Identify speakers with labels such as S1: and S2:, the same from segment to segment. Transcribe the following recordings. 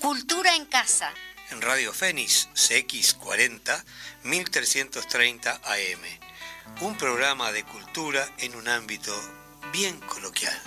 S1: Cultura en Casa.
S2: En Radio Fénix CX40 1330 AM. Un programa de cultura en un ámbito bien coloquial.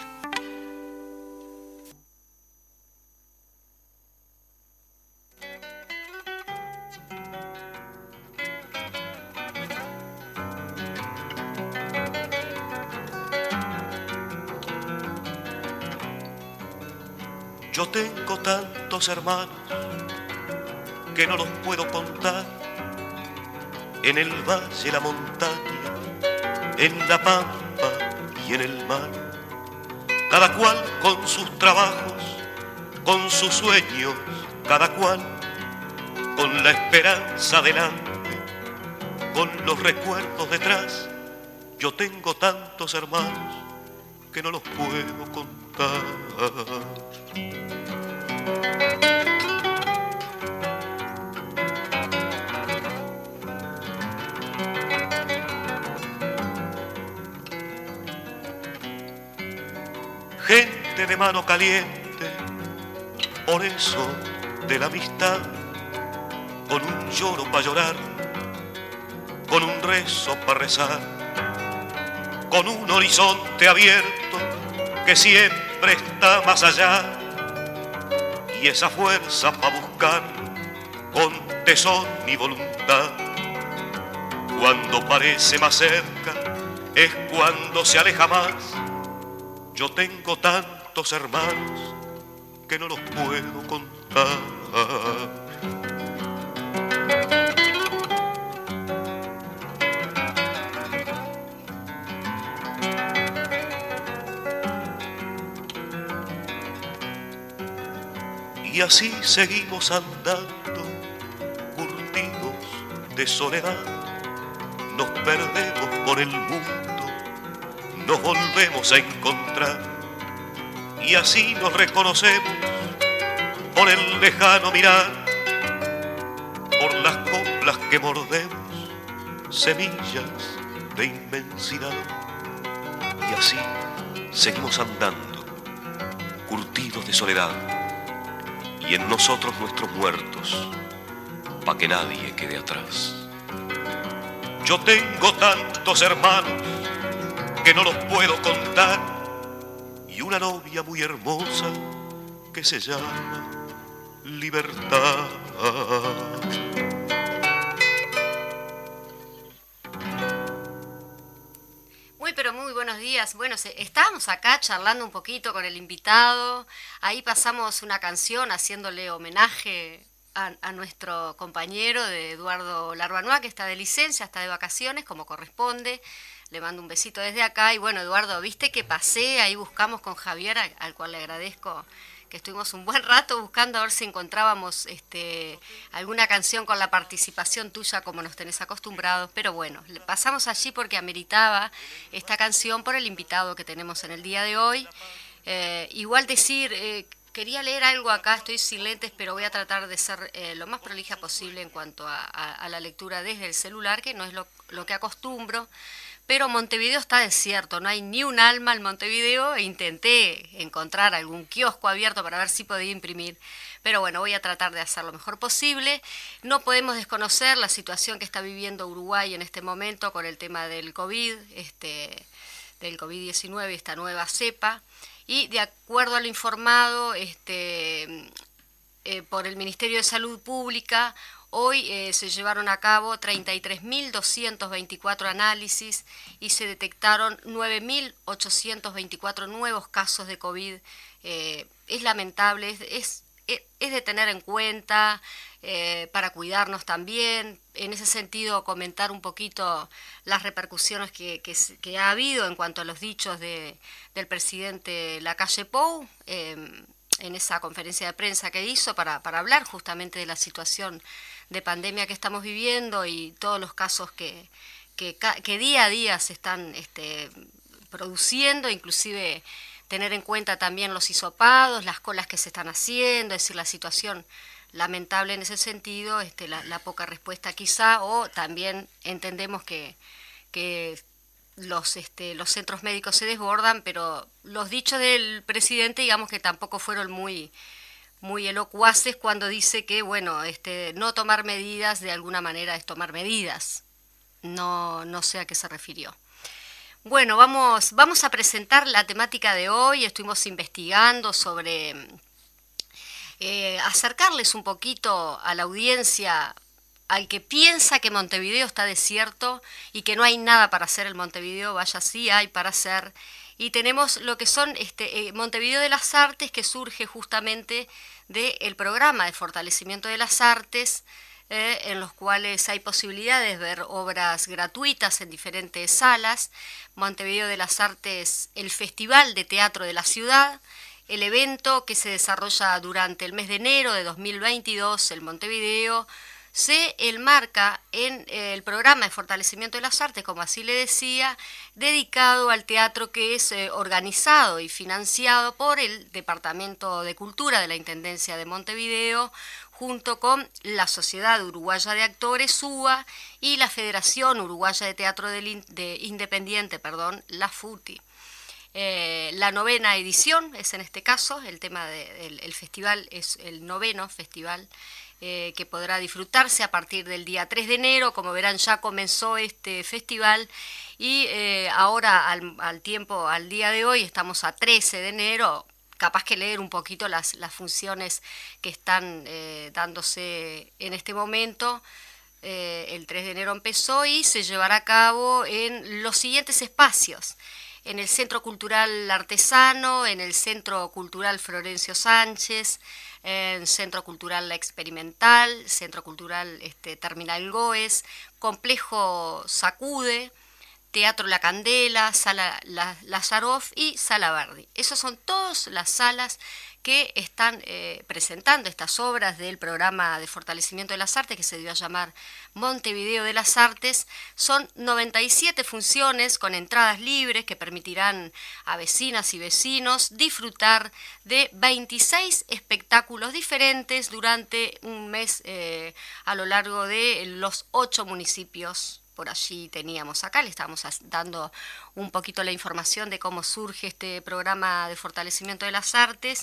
S3: Yo tengo tantos hermanos que no los puedo contar, en el valle, la montaña, en la pampa y en el mar, cada cual con sus trabajos, con sus sueños, cada cual con la esperanza delante, con los recuerdos detrás. Yo tengo tantos hermanos que no los puedo contar. Gente de mano caliente, por eso de la amistad, con un lloro para llorar, con un rezo para rezar, con un horizonte abierto que siempre está más allá, y esa fuerza para buscar con tesón y voluntad. Cuando parece más cerca es cuando se aleja más. Yo tengo tantos hermanos que no los puedo contar. Y así seguimos andando, curtidos de soledad. Nos perdemos por el mundo, nos volvemos a encontrar, y así nos reconocemos por el lejano mirar, por las coplas que mordemos, semillas de inmensidad. Y así seguimos andando, curtidos de soledad, y en nosotros nuestros muertos, pa' que nadie quede atrás. Yo tengo tantos hermanos que no los puedo contar, y una novia muy hermosa que se llama Libertad.
S1: Muy buenos días. Bueno, estábamos acá charlando un poquito con el invitado, ahí pasamos una canción haciéndole homenaje a nuestro compañero de Eduardo Larbanois, que está de licencia, está de vacaciones, como corresponde. Le mando un besito desde acá. Y bueno, Eduardo, viste que pasé, ahí buscamos con Javier, al cual le agradezco, que estuvimos un buen rato buscando a ver si encontrábamos alguna canción con la participación tuya como nos tenés acostumbrados, pero bueno, pasamos allí porque ameritaba esta canción por el invitado que tenemos en el día de hoy. Igual decir, quería leer algo acá, estoy sin lentes, pero voy a tratar de ser lo más prolija posible en cuanto a la lectura desde el celular, que no es lo que acostumbro. Pero Montevideo está desierto, no hay ni un alma en Montevideo, e intenté encontrar algún kiosco abierto para ver si podía imprimir. Pero bueno, voy a tratar de hacer lo mejor posible. No podemos desconocer la situación que está viviendo Uruguay en este momento con el tema del COVID, del COVID-19, esta nueva cepa. Y de acuerdo a lo informado por el Ministerio de Salud Pública, hoy se llevaron a cabo 33.224 análisis y se detectaron 9.824 nuevos casos de COVID. Es lamentable, es de tener en cuenta para cuidarnos también. En ese sentido, comentar un poquito las repercusiones que ha habido en cuanto a los dichos del presidente Lacalle Pou, en esa conferencia de prensa que hizo para hablar justamente de la situación de pandemia que estamos viviendo y todos los casos que día a día se están produciendo, inclusive tener en cuenta también los hisopados, las colas que se están haciendo, es decir, la situación lamentable en ese sentido, la poca respuesta quizá, o también entendemos que los centros médicos se desbordan, pero los dichos del presidente, digamos que tampoco fueron muy muy locuaces cuando dice que, bueno, no tomar medidas de alguna manera es tomar medidas. No sé a qué se refirió. Bueno, vamos a presentar la temática de hoy. Estuvimos investigando sobre acercarles un poquito a la audiencia, al que piensa que Montevideo está desierto y que no hay nada para hacer en Montevideo, vaya, sí hay para hacer. Y tenemos lo que son Montevideo de las Artes, que surge justamente del programa de fortalecimiento de las artes, en los cuales hay posibilidades de ver obras gratuitas en diferentes salas. Montevideo de las Artes, el Festival de Teatro de la Ciudad, el evento que se desarrolla durante el mes de enero de 2022 en Montevideo, se enmarca en el programa de fortalecimiento de las artes, como así le decía, dedicado al teatro, que es organizado y financiado por el Departamento de Cultura de la Intendencia de Montevideo, junto con la Sociedad Uruguaya de Actores, SUA, y la Federación Uruguaya de Teatro Independiente, la FUTI. La 9ª edición es en este caso, el tema del festival es el 9º festival, que podrá disfrutarse a partir del día 3 de enero. Como verán, ya comenzó este festival y ahora al día de hoy estamos a 13 de enero, capaz que leer un poquito las funciones que están dándose en este momento. El 3 de enero empezó y se llevará a cabo en los siguientes espacios: en el Centro Cultural Artesano, en el Centro Cultural Florencio Sánchez, en Centro Cultural La Experimental, Centro Cultural Terminal Goes, Complejo Sacude, Teatro La Candela, Sala Lazaroff y Sala Verdi. Esas son todas las salas que están presentando estas obras del programa de fortalecimiento de las artes, que se dio a llamar Montevideo de las Artes. Son 97 funciones con entradas libres que permitirán a vecinas y vecinos disfrutar de 26 espectáculos diferentes durante un mes a lo largo de los 8 municipios. Por allí teníamos acá, le estamos dando un poquito la información de cómo surge este programa de fortalecimiento de las artes.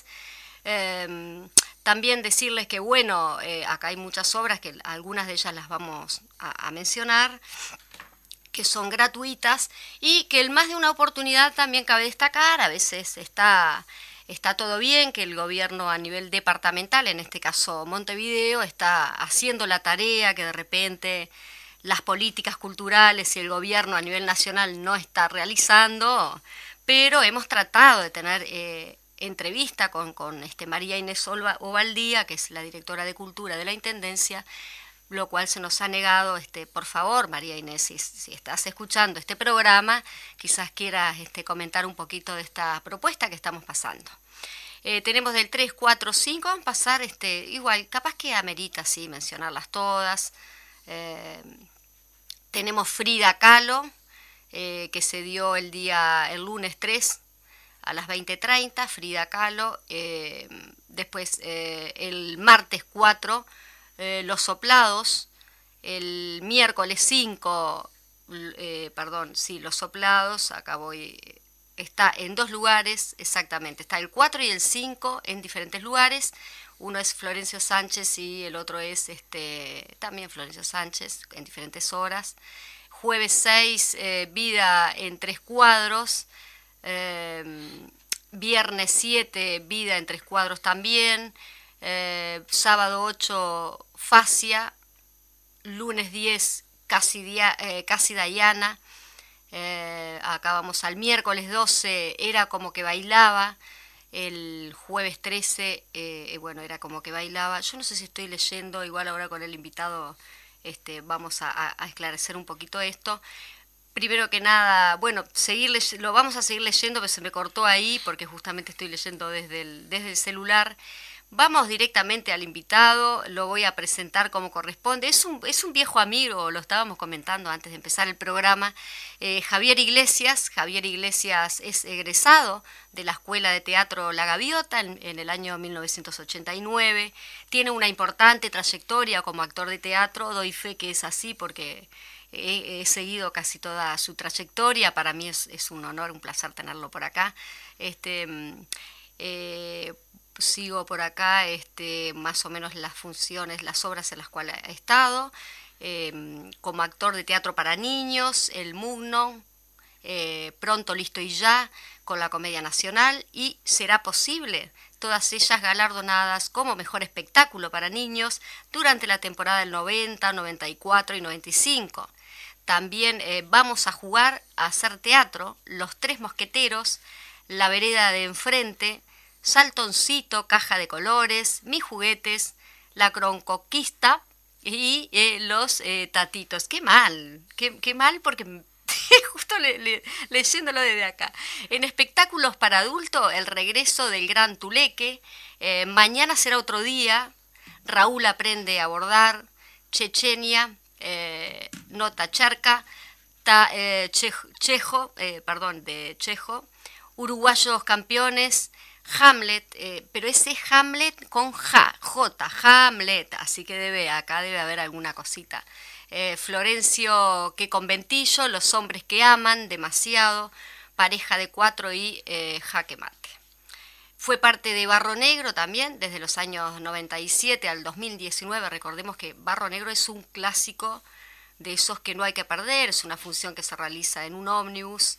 S1: También decirles que, bueno, acá hay muchas obras, que algunas de ellas las vamos a mencionar, que son gratuitas y que en más de una oportunidad también cabe destacar. A veces está todo bien, que el gobierno a nivel departamental, en este caso Montevideo, está haciendo la tarea que de repente las políticas culturales y el gobierno a nivel nacional no está realizando, pero hemos tratado de tener entrevista con María Inés Ovaldía, que es la directora de Cultura de la Intendencia, lo cual se nos ha negado. Por favor, María Inés, si estás escuchando este programa, quizás quieras comentar un poquito de esta propuesta que estamos pasando. Tenemos del 3, 4, 5, vamos a pasar, igual, capaz que amerita, sí, mencionarlas todas. Tenemos Frida Kahlo, que se dio el lunes 3 a las 20:30, Frida Kahlo. Después el martes 4, Los Soplados. El miércoles 5, Los Soplados, acá voy, está en 2 lugares, exactamente, está el 4 y el 5 en diferentes lugares. Uno es Florencio Sánchez y el otro es también Florencio Sánchez, en diferentes horas. Jueves 6, Vida en 3 cuadros. Viernes 7, Vida en 3 cuadros también. Sábado 8, Fascia. Lunes 10, Casi Diana. Acá vamos al miércoles 12, Era como que bailaba. El jueves 13, Era como que bailaba. Yo no sé si estoy leyendo, igual ahora con el invitado vamos a esclarecer un poquito esto. Primero que nada, bueno, lo vamos a seguir leyendo, pero se me cortó ahí porque justamente estoy leyendo desde el celular. Vamos directamente al invitado, lo voy a presentar como corresponde. Es un viejo amigo, lo estábamos comentando antes de empezar el programa, Javier Iglesias. Javier Iglesias es egresado de la Escuela de Teatro La Gaviota en el año 1989. Tiene una importante trayectoria como actor de teatro, doy fe que es así porque he seguido casi toda su trayectoria. Para mí es un honor, un placer tenerlo por acá. sigo por acá más o menos las funciones, las obras en las cuales he estado, como actor de teatro para niños, El Mugno, Pronto, Listo y Ya, con la Comedia Nacional, y Será Posible, todas ellas galardonadas como mejor espectáculo para niños durante la temporada del 90, 94 y 95. También Vamos a jugar a hacer teatro, Los Tres Mosqueteros, La Vereda de Enfrente, Saltoncito, Caja de Colores, Mis Juguetes, La Cronconquista y Los Tatitos. Qué mal, qué mal porque justo leyéndolo desde acá. En espectáculos para adultos, El Regreso del Gran Tuleque, Mañana será otro día, Raúl aprende a bordar, Chechenia, Nota Charca, Chejo, de Chejo, Uruguayos Campeones, Hamlet, pero ese es Hamlet con J, Hamlet, así que acá debe haber alguna cosita. Florencio que conventillo, Los hombres que aman, Demasiado, Pareja de cuatro y Jaque mate. Fue parte de Barro Negro también, desde los años 97 al 2019. Recordemos que Barro Negro es un clásico de esos que no hay que perder, es una función que se realiza en un ómnibus.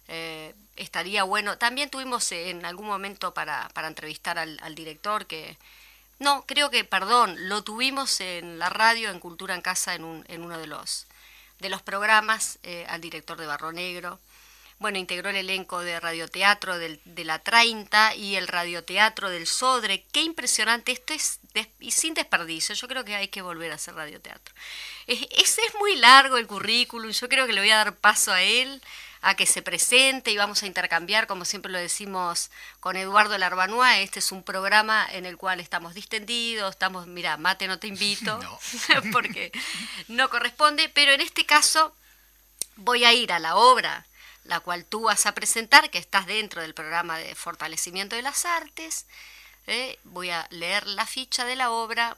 S1: Estaría bueno. También tuvimos en algún momento para entrevistar al director que... No, creo que, lo tuvimos en la radio, en Cultura en Casa, en uno de los programas, al director de Barro Negro. Bueno, integró el elenco de radioteatro de la 30 y el radioteatro del Sodre. Qué impresionante, esto es y sin desperdicio. Yo creo que hay que volver a hacer radioteatro. Ese es muy largo el currículum, yo creo que le voy a dar paso a él, a que se presente y vamos a intercambiar, como siempre lo decimos con Eduardo Larbanois. Este es un programa en el cual estamos distendidos, mira, mate no te invito, no. Porque no corresponde, pero en este caso voy a ir a la obra la cual tú vas a presentar, que estás dentro del programa de fortalecimiento de las artes. Voy a leer la ficha de la obra.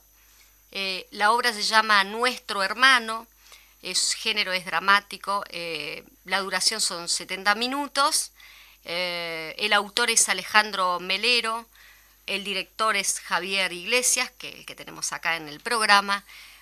S1: La obra se llama Nuestro Hermano, género es dramático, la duración son 70 minutos, el autor es Alejandro Melero, el director es Javier Iglesias, que tenemos acá en el programa.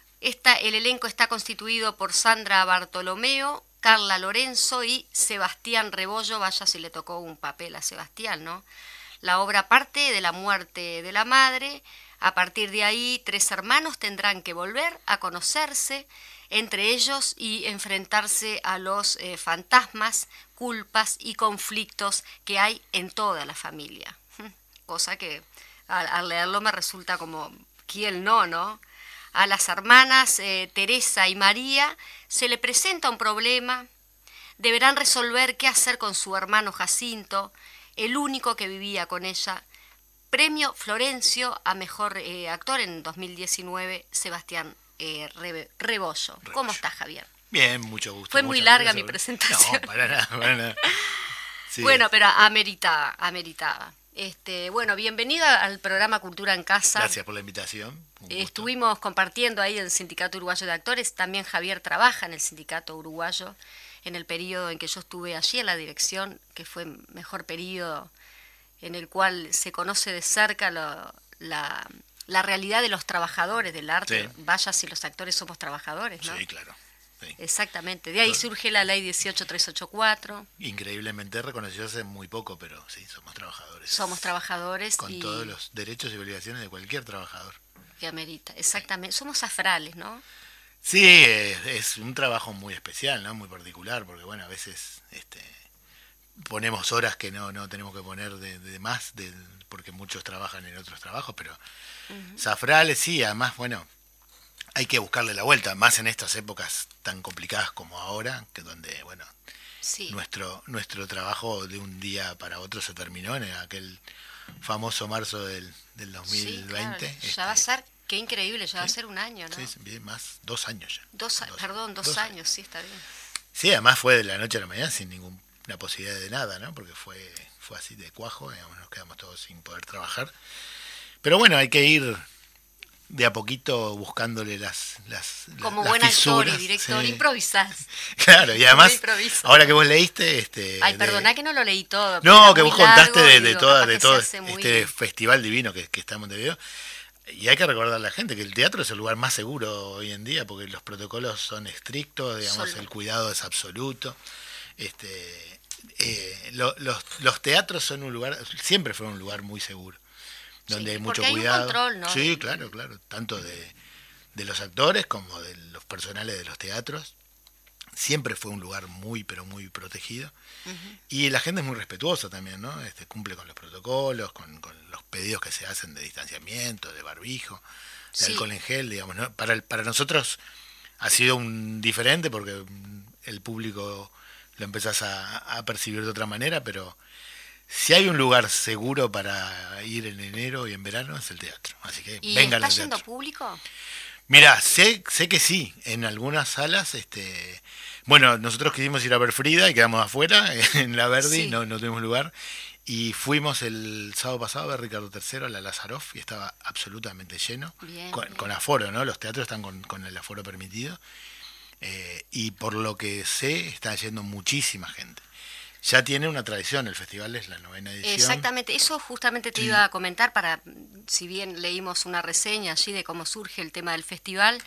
S1: El elenco está constituido por Sandra Bartolomeo, Carla Lorenzo y Sebastián Rebollo. Vaya si le tocó un papel a Sebastián, ¿no? La obra parte de la muerte de la madre. A partir de ahí, 3 hermanos tendrán que volver a conocerse entre ellos y enfrentarse a los fantasmas, culpas y conflictos que hay en toda la familia. Cosa que al leerlo me resulta como, ¿quién no? A las hermanas Teresa y María se le presenta un problema. Deberán resolver qué hacer con su hermano Jacinto, el único que vivía con ella. Premio Florencio a Mejor Actor en 2019, Sebastián Rebollo. ¿Cómo estás, Javier?
S4: Bien, mucho gusto.
S1: Fue muy larga mi presentación.
S4: No, para nada. Sí.
S1: Bueno, pero ameritaba. Bueno, bienvenida al programa Cultura en Casa.
S4: Gracias por la invitación.
S1: Estuvimos compartiendo ahí en el Sindicato Uruguayo de Actores. También Javier trabaja en el Sindicato Uruguayo en el periodo en que yo estuve allí en la dirección, que fue mejor periodo en el cual se conoce de cerca la realidad de los trabajadores del arte. Sí. Vaya si los actores somos trabajadores, ¿no?
S4: Sí, claro. Sí.
S1: Exactamente. De ahí surge la ley 18384.
S4: Increíblemente reconocido hace muy poco, pero sí, somos trabajadores.
S1: Somos trabajadores.
S4: Con todos los derechos y obligaciones de cualquier trabajador.
S1: Que amerita, exactamente. Sí. Somos afrales, ¿no?
S4: Sí, es un trabajo muy especial, ¿no? Muy particular, porque bueno, a veces ponemos horas que no tenemos que poner de más, porque muchos trabajan en otros trabajos, pero zafrales sí, además, bueno, hay que buscarle la vuelta, más en estas épocas tan complicadas como ahora, que donde, bueno, sí. nuestro trabajo de un día para otro se terminó en aquel famoso marzo del 2020.
S1: Sí, claro. Ya va a ser, qué increíble, ya va a ser un año, ¿no?
S4: Sí, bien más, 2 años ya.
S1: Dos años, sí, está bien.
S4: Sí, además fue de la noche a la mañana sin ninguna posibilidad de nada, ¿no? Porque fue así de cuajo, digamos, nos quedamos todos sin poder trabajar. Pero bueno, hay que ir de a poquito buscándole las
S1: como
S4: las
S1: buen actor
S4: fisuras.
S1: y director,
S4: Sí.
S1: improvisás.
S4: Claro, y además,
S1: Improviso.
S4: ahora que vos leíste...
S1: Ay, perdoná que no lo leí todo.
S4: No,
S1: era
S4: que
S1: muy
S4: vos contaste
S1: largo,
S4: de
S1: digo,
S4: todo
S1: capaz que se hace muy-
S4: este festival divino que está en Montevideo. Y hay que recordar a la gente que el teatro es el lugar más seguro hoy en día porque los protocolos son estrictos, digamos, el cuidado es absoluto. Los teatros son un lugar, siempre fueron un lugar muy seguro, donde
S1: Sí,
S4: hay mucho
S1: porque hay un
S4: cuidado.
S1: control, ¿no?
S4: Sí, claro, tanto de los actores como de los personales de los teatros. Siempre fue un lugar muy, pero muy protegido. Y la gente es muy respetuosa también, ¿no? Cumple con los protocolos, con los pedidos que se hacen de distanciamiento, de barbijo, de
S1: Sí.
S4: alcohol en gel, digamos, ¿no? Para nosotros ha sido un diferente porque el público lo empezás a percibir de otra manera, pero si hay un lugar seguro para ir en enero y en verano es el teatro. Así que
S1: ¿Y
S4: vengan
S1: está
S4: al
S1: yendo
S4: teatro.
S1: público?
S4: Mira, sé que sí, en algunas salas, bueno, nosotros quisimos ir a ver Frida y quedamos afuera, en la Verdi,
S1: Sí.
S4: no tuvimos lugar, y fuimos el sábado pasado a ver Ricardo III, a la Lazaroff, y estaba absolutamente lleno,
S1: Bien,
S4: con,
S1: bien.
S4: con aforo, ¿no? Los teatros están con el aforo permitido, y por lo que sé, está yendo muchísima gente. Ya tiene una tradición, el festival es la 9ª edición.
S1: Exactamente, eso justamente te iba a comentar para, si bien leímos una reseña allí de cómo surge el tema del festival,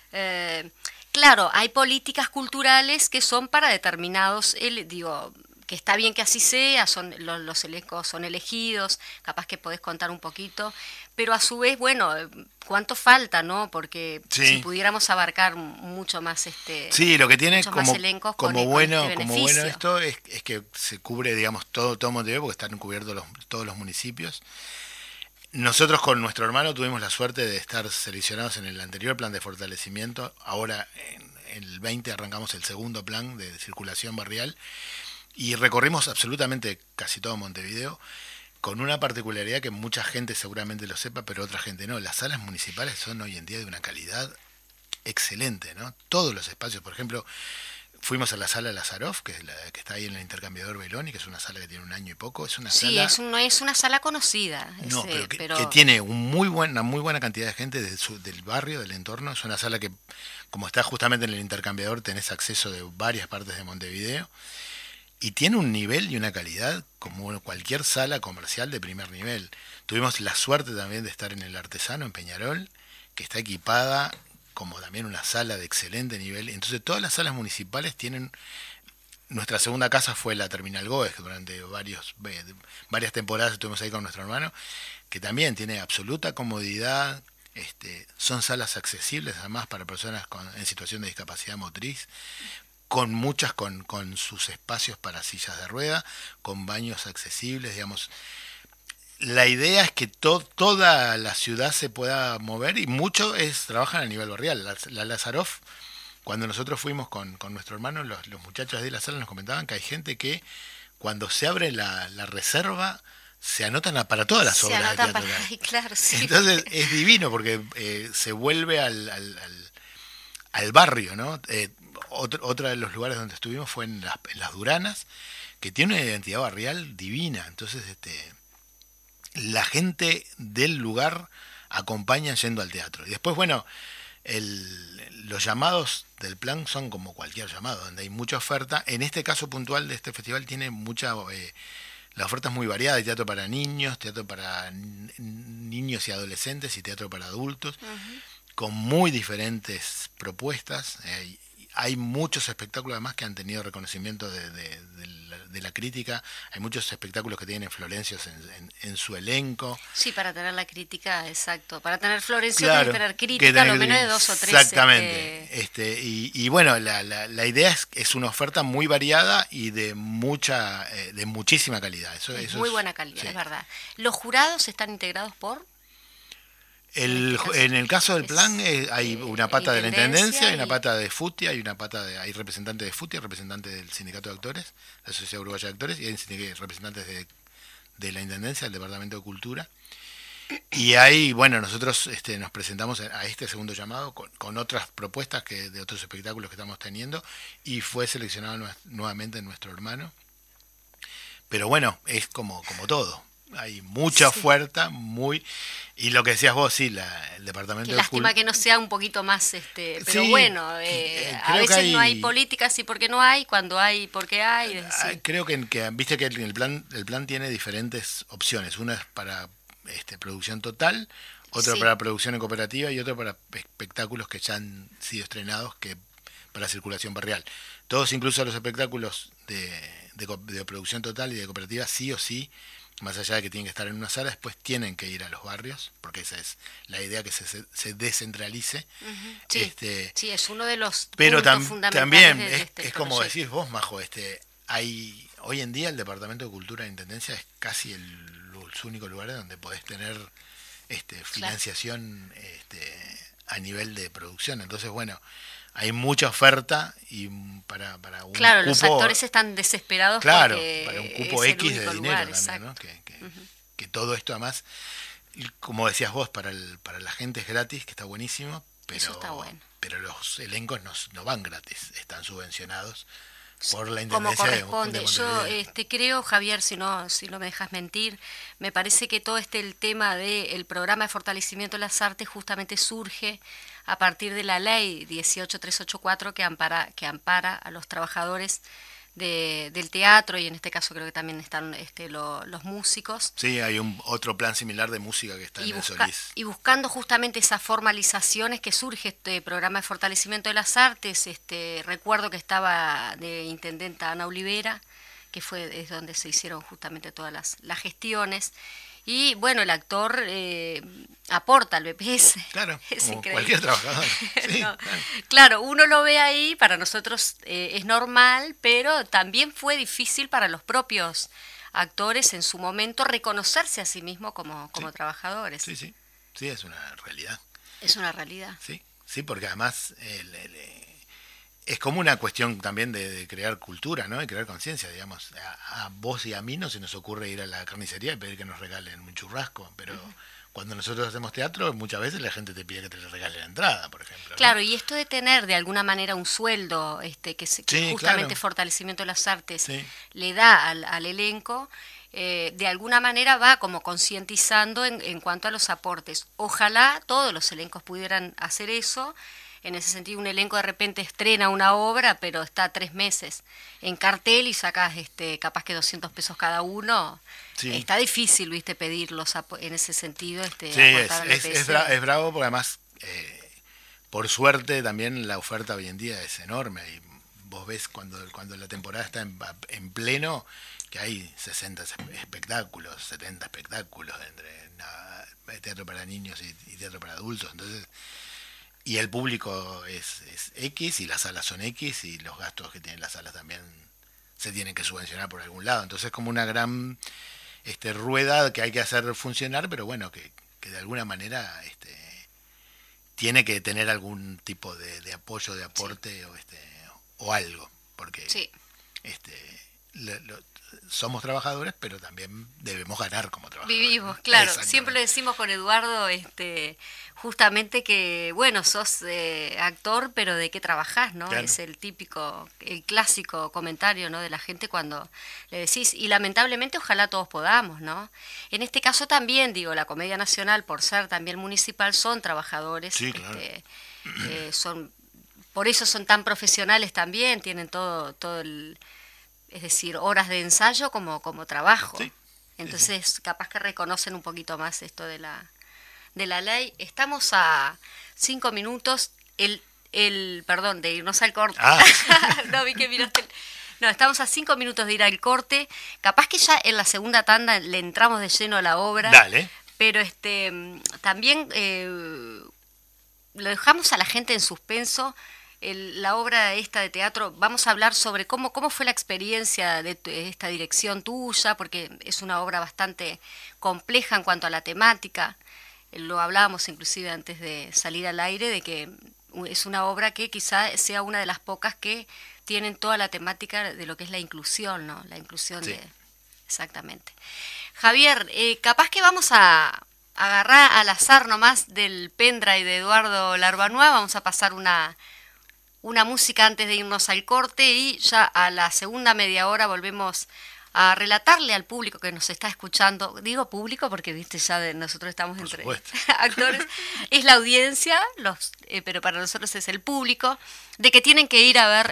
S1: claro, hay políticas culturales que son para determinados, digo, que está bien que así sea, son los elencos son elegidos, capaz que podés contar un poquito, pero a su vez, bueno, ¿cuánto falta, no? Porque
S4: Sí.
S1: si pudiéramos abarcar mucho más
S4: Sí, lo que tiene
S1: muchos más
S4: como,
S1: elencos
S4: como,
S1: con
S4: bueno,
S1: este
S4: como bueno
S1: beneficio.
S4: esto es que se cubre, digamos, todo Montevideo porque están cubiertos todos los municipios. Nosotros con nuestro hermano tuvimos la suerte de estar seleccionados en el anterior plan de fortalecimiento. Ahora en el 20 arrancamos el segundo plan de circulación barrial y recorrimos absolutamente casi todo Montevideo con una particularidad que mucha gente seguramente lo sepa, pero otra gente no. Las salas municipales son hoy en día de una calidad excelente, ¿no? Todos los espacios, por ejemplo, fuimos a la sala Lazaroff, que es la que está ahí en el intercambiador Beloni, que es una sala que tiene un año y poco. Es una
S1: Sí,
S4: sala...
S1: no es una sala conocida.
S4: No, pero que tiene una muy buena cantidad de gente del barrio, del entorno. Es una sala que, como está justamente en el intercambiador, tenés acceso de varias partes de Montevideo. Y tiene un nivel y una calidad como cualquier sala comercial de primer nivel. Tuvimos la suerte también de estar en el Artesano, en Peñarol, que está equipada como también una sala de excelente nivel. Entonces todas las salas municipales tienen... Nuestra segunda casa fue la Terminal Goes, que durante varias temporadas estuvimos ahí con nuestro hermano, que también tiene absoluta comodidad. Son salas accesibles además para personas en situación de discapacidad motriz, con muchas con sus espacios para sillas de rueda, con baños accesibles, digamos. La idea es que toda la ciudad se pueda mover y mucho trabajan a nivel barrial. La Lazaroff, cuando nosotros fuimos con nuestro hermano, los muchachos de la sala nos comentaban que hay gente que cuando se abre la reserva se anotan para todas las obras de teatro.
S1: Ay, claro, sí.
S4: Entonces es divino porque se vuelve al barrio, ¿no? Otro de los lugares donde estuvimos fue en las Duranas, que tiene una identidad barrial divina. Entonces la gente del lugar acompaña yendo al teatro. Y después, bueno, los llamados del plan son como cualquier llamado, donde hay mucha oferta. En este caso puntual de este festival tiene mucha... la oferta es muy variada, hay teatro para niños, teatro para niños y adolescentes y teatro para adultos, con muy diferentes propuestas. Hay muchos espectáculos además que han tenido reconocimiento de la crítica. Hay muchos espectáculos que tienen Florencios en su elenco.
S1: Sí, para tener la crítica, exacto. Para tener Florencio
S4: Claro,
S1: tenés que tener crítica, lo menos de 2 o 3.
S4: Exactamente. Y bueno, la idea es una oferta muy variada y de muchísima calidad. Eso
S1: muy buena calidad,
S4: sí.
S1: Es verdad. ¿Los jurados están integrados por?
S4: En el caso del plan hay una pata de la Intendencia, hay una
S1: y-
S4: pata de FUTI, hay representantes de FUTI, representantes del Sindicato de Actores, la Sociedad Uruguaya de Actores, y hay representantes de la Intendencia, del Departamento de Cultura. Y ahí, bueno, nosotros nos presentamos a este segundo llamado con otras propuestas de otros espectáculos que estamos teniendo, y fue seleccionado nuevamente nuestro hermano. Pero bueno, es como todo. hay mucha oferta, y lo que decías vos, sí, el departamento
S1: Qué
S4: de
S1: lástima que no sea un poquito más, pero
S4: sí,
S1: bueno, a
S4: creo
S1: veces
S4: que
S1: no hay políticas y porque no hay, cuando hay, porque hay. Sí.
S4: Creo que viste que el plan tiene diferentes opciones. Una es para producción total, otra
S1: Sí.
S4: para producción en cooperativa y otra para espectáculos que ya han sido estrenados, que para circulación barrial. Todos, incluso los espectáculos de producción total y de cooperativa, sí o sí, más allá de que tienen que estar en una sala, después tienen que ir a los barrios, porque esa es la idea, que se descentralice.
S1: Ujú. Sí, sí, es uno de los
S4: Pero
S1: puntos fundamentales
S4: también
S1: de este
S4: es como
S1: proyecto.
S4: decís vos, Majo, hoy en día el Departamento de Cultura de Intendencia es casi los únicos lugares donde podés tener financiación a nivel de producción. Entonces, bueno, hay mucha oferta y para un
S1: Claro,
S4: cupo,
S1: los actores están desesperados
S4: claro,
S1: porque
S4: para un cupo
S1: es el
S4: X de
S1: único
S4: dinero
S1: lugar,
S4: también, ¿no?
S1: exacto.
S4: Que todo esto además, como decías vos, para la gente es gratis, que está buenísimo, pero,
S1: Eso está bueno.
S4: pero los elencos no van gratis, están subvencionados por la
S1: Como
S4: Intendencia de
S1: corresponde. Yo
S4: Montevideo.
S1: creo, Javier, si no me dejas mentir, me parece que todo el tema del programa de fortalecimiento de las artes justamente surge a partir de la ley 18384 que ampara a los trabajadores del teatro, y en este caso creo que también están los músicos.
S4: Sí, hay otro plan similar de música que está en el Solís.
S1: Y buscando justamente esas formalizaciones que surge este programa de fortalecimiento de las artes. Recuerdo que estaba de intendenta Ana Olivera, que es donde se hicieron justamente todas las gestiones. Y bueno, el actor aporta al BPS.
S4: Claro,
S1: Es
S4: como
S1: increíble.
S4: cualquier trabajador. Sí,
S1: No,
S4: claro.
S1: claro, uno lo ve ahí, para nosotros es normal, pero también fue difícil para los propios actores en su momento reconocerse a sí mismos como
S4: Sí.
S1: trabajadores.
S4: Sí, es una realidad.
S1: Es una realidad.
S4: Sí, porque además es como una cuestión también de crear cultura, ¿no? De crear conciencia, digamos. A vos y a mí no se nos ocurre ir a la carnicería y pedir que nos regalen un churrasco, pero cuando nosotros hacemos teatro, muchas veces la gente te pide que te le regale la entrada, por ejemplo, ¿no?
S1: Claro, y esto de tener de alguna manera un sueldo, que
S4: Sí,
S1: justamente
S4: claro.
S1: Fortalecimiento de las Artes
S4: Sí.
S1: le da al elenco, de alguna manera va como concientizando en cuanto a los aportes. Ojalá todos los elencos pudieran hacer eso. En ese sentido, un elenco de repente estrena una obra, pero está 3 meses en cartel y sacas capaz que 200 pesos cada uno.
S4: Sí.
S1: Está difícil, viste, pedirlos en ese sentido.
S4: Sí,
S1: aportar al
S4: es
S1: EPS.
S4: bravo porque además, por suerte, también la oferta hoy en día es enorme. Y vos ves cuando la temporada está en pleno, que hay 60 espectáculos, 70 espectáculos entre teatro para niños y teatro para adultos. Entonces, y el público es X y las salas son X y los gastos que tienen las salas también se tienen que subvencionar por algún lado. Entonces es como una gran rueda que hay que hacer funcionar, pero bueno, que de alguna manera tiene que tener algún tipo de apoyo, de aporte, sí, o algo, porque
S1: Sí.
S4: Somos trabajadores, pero también debemos ganar como trabajadores.
S1: Vivimos,
S4: ¿no?
S1: claro. Siempre le decimos con Eduardo, justamente que, bueno, sos actor, pero ¿de qué trabajás, no?
S4: Claro.
S1: Es el clásico comentario, ¿no? De la gente cuando le decís, y lamentablemente ojalá todos podamos, ¿no? En este caso también, digo, la Comedia Nacional, por ser también municipal, son trabajadores.
S4: Sí, claro.
S1: Por eso son tan profesionales también, tienen todo es decir, horas de ensayo como trabajo.
S4: Sí.
S1: Entonces, sí, capaz que reconocen un poquito más esto de la ley. Estamos a 5 minutos, perdón, de irnos al corte.
S4: Ah.
S1: No, vi que miraste. No, estamos a 5 minutos de ir al corte. Capaz que ya en la segunda tanda le entramos de lleno a la obra.
S4: Dale.
S1: Pero también lo dejamos a la gente en suspenso. La obra esta de teatro, vamos a hablar sobre cómo fue la experiencia de esta dirección tuya, porque es una obra bastante compleja en cuanto a la temática. Lo hablábamos inclusive antes de salir al aire, de que es una obra que quizá sea una de las pocas que tienen toda la temática de lo que es la inclusión, ¿no? La inclusión
S4: sí.
S1: Exactamente. Javier, capaz que vamos a agarrar al azar nomás del pendrive de Eduardo Larbanois, vamos a pasar una música antes de irnos al corte y ya a la segunda media hora volvemos a relatarle al público que nos está escuchando, digo público porque viste ya nosotros estamos
S4: Por
S1: entre
S4: supuesto.
S1: actores, es la audiencia, pero para nosotros es el público, de que tienen que ir a ver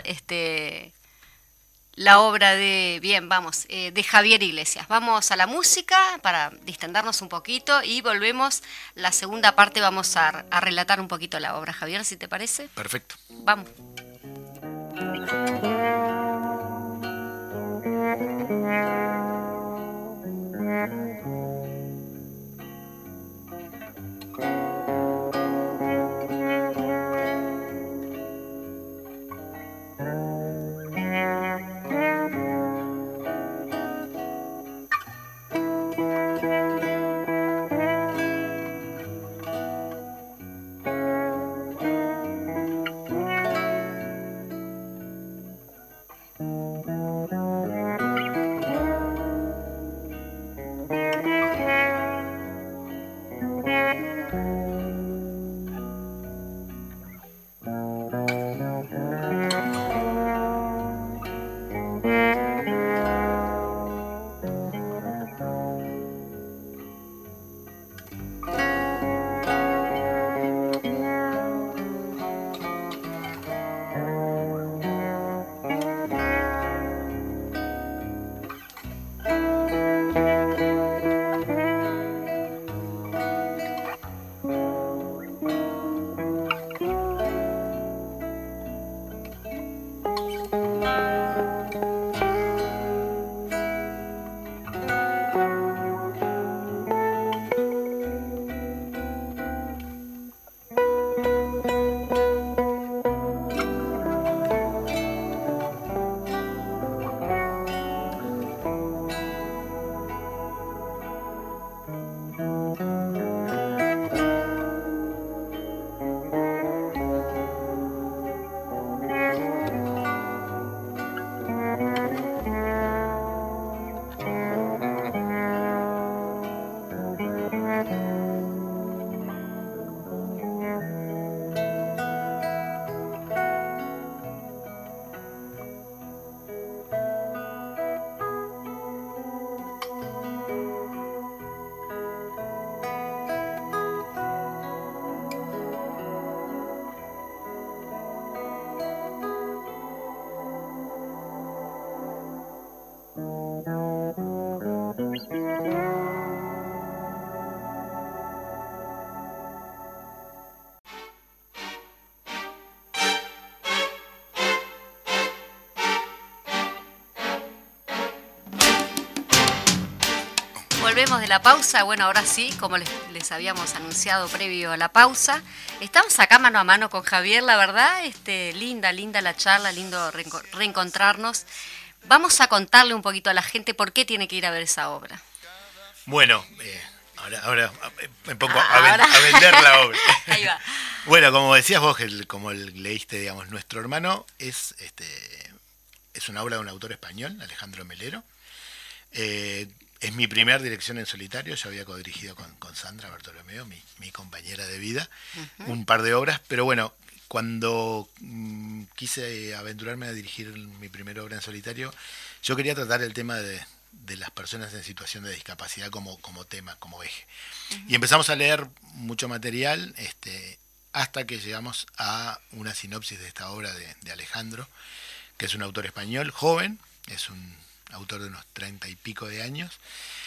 S1: la obra de Javier Iglesias. Vamos a la música para distendernos un poquito y volvemos. La segunda parte vamos a relatar un poquito la obra, Javier, si te parece.
S4: Perfecto.
S1: Vamos. Volvemos de la pausa. Bueno, ahora sí, como les habíamos anunciado previo a la pausa, estamos acá mano a mano con Javier, la verdad, linda la charla, lindo reencontrarnos. Vamos a contarle un poquito a la gente por qué tiene que ir a ver esa obra.
S4: Bueno, ahora me pongo a vender la obra.
S1: Ahí va.
S4: Bueno, como decías vos, como leíste, digamos, Nuestro hermano es una obra de un autor español, Alejandro Melero. Es mi primer dirección en solitario. Yo había codirigido con Sandra Bartolomeo, mi compañera de vida, un par de obras, pero bueno, cuando quise aventurarme a dirigir mi primera obra en solitario, yo quería tratar el tema de las personas en situación de discapacidad como tema, como eje. Y empezamos a leer mucho material hasta que llegamos a una sinopsis de esta obra de Alejandro, que es un autor español, joven, es un autor de unos 30 y pico de años,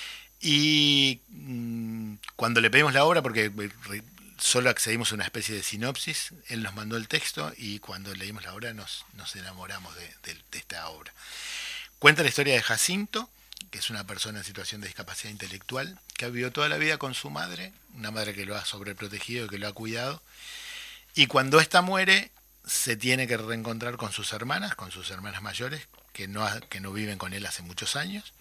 S4: y cuando le pedimos la obra, porque solo accedimos a una especie de sinopsis, él nos mandó el texto y cuando leímos la obra nos enamoramos de esta obra. Cuenta la historia de Jacinto, que es una persona en situación de discapacidad intelectual, que ha vivido toda la vida con su madre, una madre que lo ha sobreprotegido y que lo ha cuidado, y cuando ésta muere se tiene que reencontrar con sus hermanas mayores, que no viven con él hace muchos años,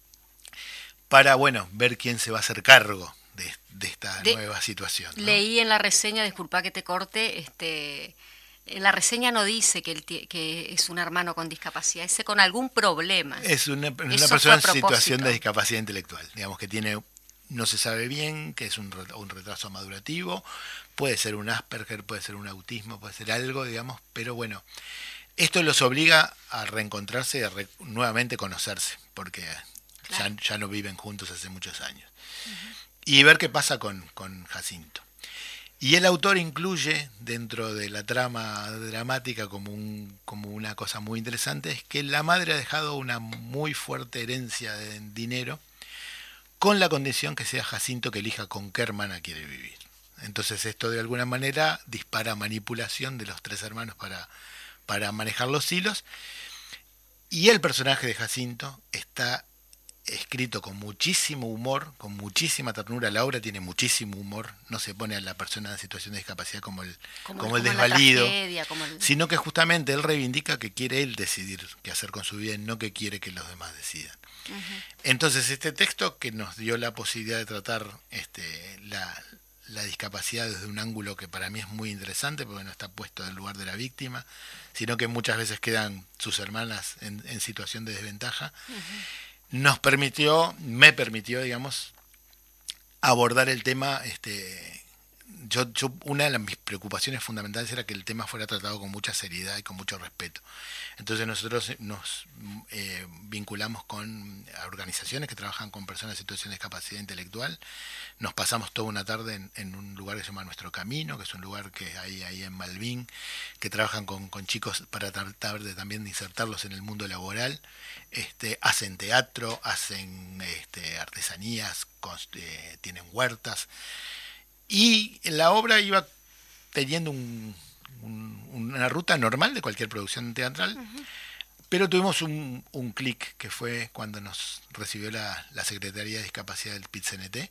S4: para ver quién se va a hacer cargo de esta nueva situación, ¿no?
S1: Leí en la reseña, disculpa que te corte, en la reseña no dice que es un hermano con discapacidad, es con algún problema.
S4: Es una persona en situación de discapacidad intelectual, digamos que no se sabe bien, que es un retraso madurativo, puede ser un Asperger, puede ser un autismo, puede ser algo, digamos, pero bueno, Esto los obliga a reencontrarse y a nuevamente conocerse, porque
S1: Claro.
S4: ya no viven juntos hace muchos años. Y ver qué pasa con Jacinto. Y el autor incluye dentro de la trama dramática como una cosa muy interesante, es que la madre ha dejado una muy fuerte herencia de dinero con la condición que sea Jacinto que elija con qué hermana quiere vivir. Entonces esto de alguna manera dispara manipulación de los tres hermanos para manejar los hilos. Y el personaje de Jacinto está escrito con muchísimo humor, con muchísima ternura. La obra tiene muchísimo humor, no se pone a la persona en situación de discapacidad como el desvalido,
S1: tragedia, como el...
S4: sino que justamente él reivindica que quiere él decidir qué hacer con su vida y no que quiere que los demás decidan. Entonces este texto que nos dio la posibilidad de tratar la discapacidad desde un ángulo que para mí es muy interesante, porque no está puesto en el lugar de la víctima, sino que muchas veces quedan sus hermanas en situación de desventaja, me permitió, digamos, abordar el tema. Una de mis preocupaciones fundamentales era que el tema fuera tratado con mucha seriedad y con mucho respeto. Entonces nosotros nos vinculamos con organizaciones que trabajan con personas en situación de discapacidad intelectual. Nos pasamos toda una tarde en un lugar que se llama Nuestro Camino, que es un lugar que hay ahí en Malvin, que trabajan con chicos para tratar de también insertarlos en el mundo laboral. Hacen teatro, hacen artesanías, tienen huertas. Y la obra iba teniendo una ruta normal de cualquier producción teatral, pero tuvimos un clic que fue cuando nos recibió la Secretaría de Discapacidad del PIT-CNT,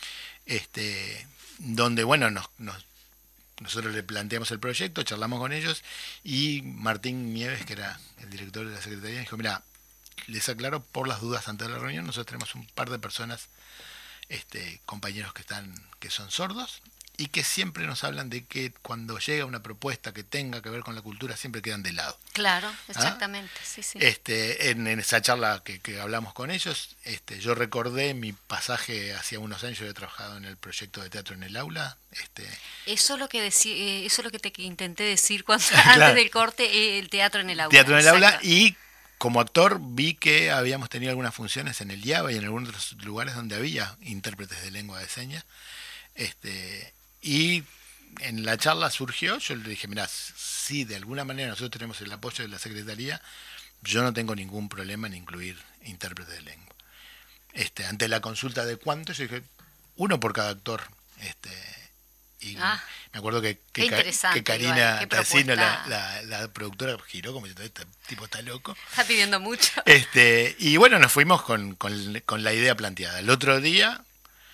S4: donde bueno nosotros le planteamos el proyecto, charlamos con ellos, y Martín Nieves, que era el director de la Secretaría, dijo: mira, les aclaro por las dudas antes de la reunión, nosotros tenemos un par de personas, compañeros que son sordos, y que siempre nos hablan de que cuando llega una propuesta que tenga que ver con la cultura siempre quedan de lado.
S1: Claro, exactamente, sí.
S4: En esa charla que hablamos con ellos, yo recordé mi pasaje hace unos años. Yo había trabajado en el proyecto de Teatro en el Aula.
S1: Eso es lo que eso es lo que te intenté decir cuando
S4: Claro.
S1: antes del corte, el teatro en el aula.
S4: Teatro en el Aula,
S1: Exacto.
S4: y como actor vi que habíamos tenido algunas funciones en el IABA y en algunos otros lugares donde había intérpretes de lengua de señas. Y en la charla surgió, yo le dije: mirá, si de alguna manera nosotros tenemos el apoyo de la Secretaría, yo no tengo ningún problema en incluir intérpretes de lengua. Ante la consulta de cuánto, yo dije: uno por cada actor. Y me acuerdo que Karina
S1: igual, qué
S4: Tassino,
S1: propuesta.
S4: la productora, giró como diciendo: este tipo está loco.
S1: Está pidiendo mucho.
S4: Y bueno, nos fuimos con la idea planteada. El otro día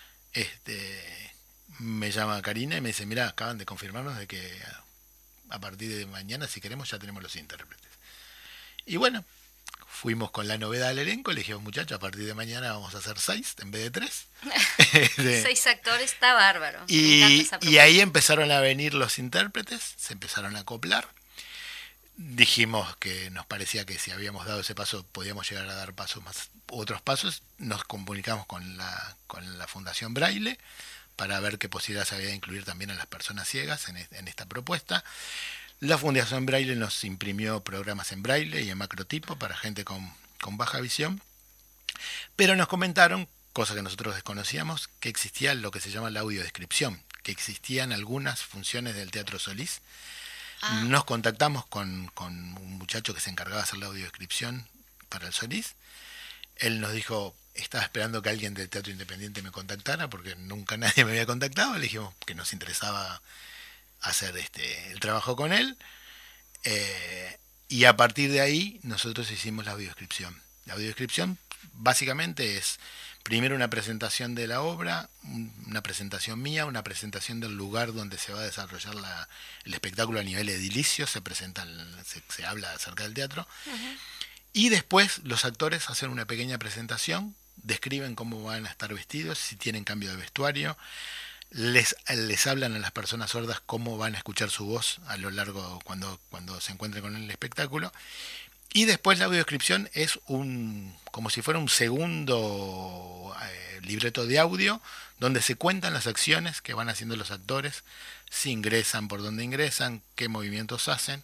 S4: me llama Karina y me dice: mira, acaban de confirmarnos de que a partir de mañana, si queremos, ya tenemos los intérpretes. Y bueno, fuimos con la novedad del elenco, le dijimos: muchachos, a partir de mañana vamos a hacer 6 en vez de 3.
S1: 6 actores, está bárbaro. Me
S4: Y
S1: encanta esa propuesta.
S4: ahí empezaron a venir los intérpretes, se empezaron a acoplar. Dijimos que nos parecía que si habíamos dado ese paso podíamos llegar a dar otros pasos. Nos comunicamos con la Fundación Braille para ver qué posibilidades había de incluir también a las personas ciegas en esta propuesta. La Fundación Braille nos imprimió programas en braille y en macrotipo para gente con baja visión, pero nos comentaron, cosa que nosotros desconocíamos, que existía lo que se llama la audiodescripción, que existían algunas funciones del Teatro Solís. Nos contactamos con un muchacho que se encargaba de hacer la audiodescripción para el Solís. Él nos dijo: estaba esperando que alguien del Teatro Independiente me contactara, porque nunca nadie me había contactado. Le dijimos que nos interesaba hacer el trabajo con él, y a partir de ahí nosotros hicimos la audiodescripción. La audiodescripción básicamente es primero una presentación de la obra, una presentación mía, una presentación del lugar donde se va a desarrollar el espectáculo a nivel edilicio, se habla acerca del teatro, y después los actores hacen una pequeña presentación, describen cómo van a estar vestidos, si tienen cambio de vestuario, les hablan a las personas sordas cómo van a escuchar su voz a lo largo cuando se encuentren con el espectáculo. Y después la audiodescripción es como si fuera un segundo libreto de audio donde se cuentan las acciones que van haciendo los actores, si ingresan, por dónde ingresan, qué movimientos hacen,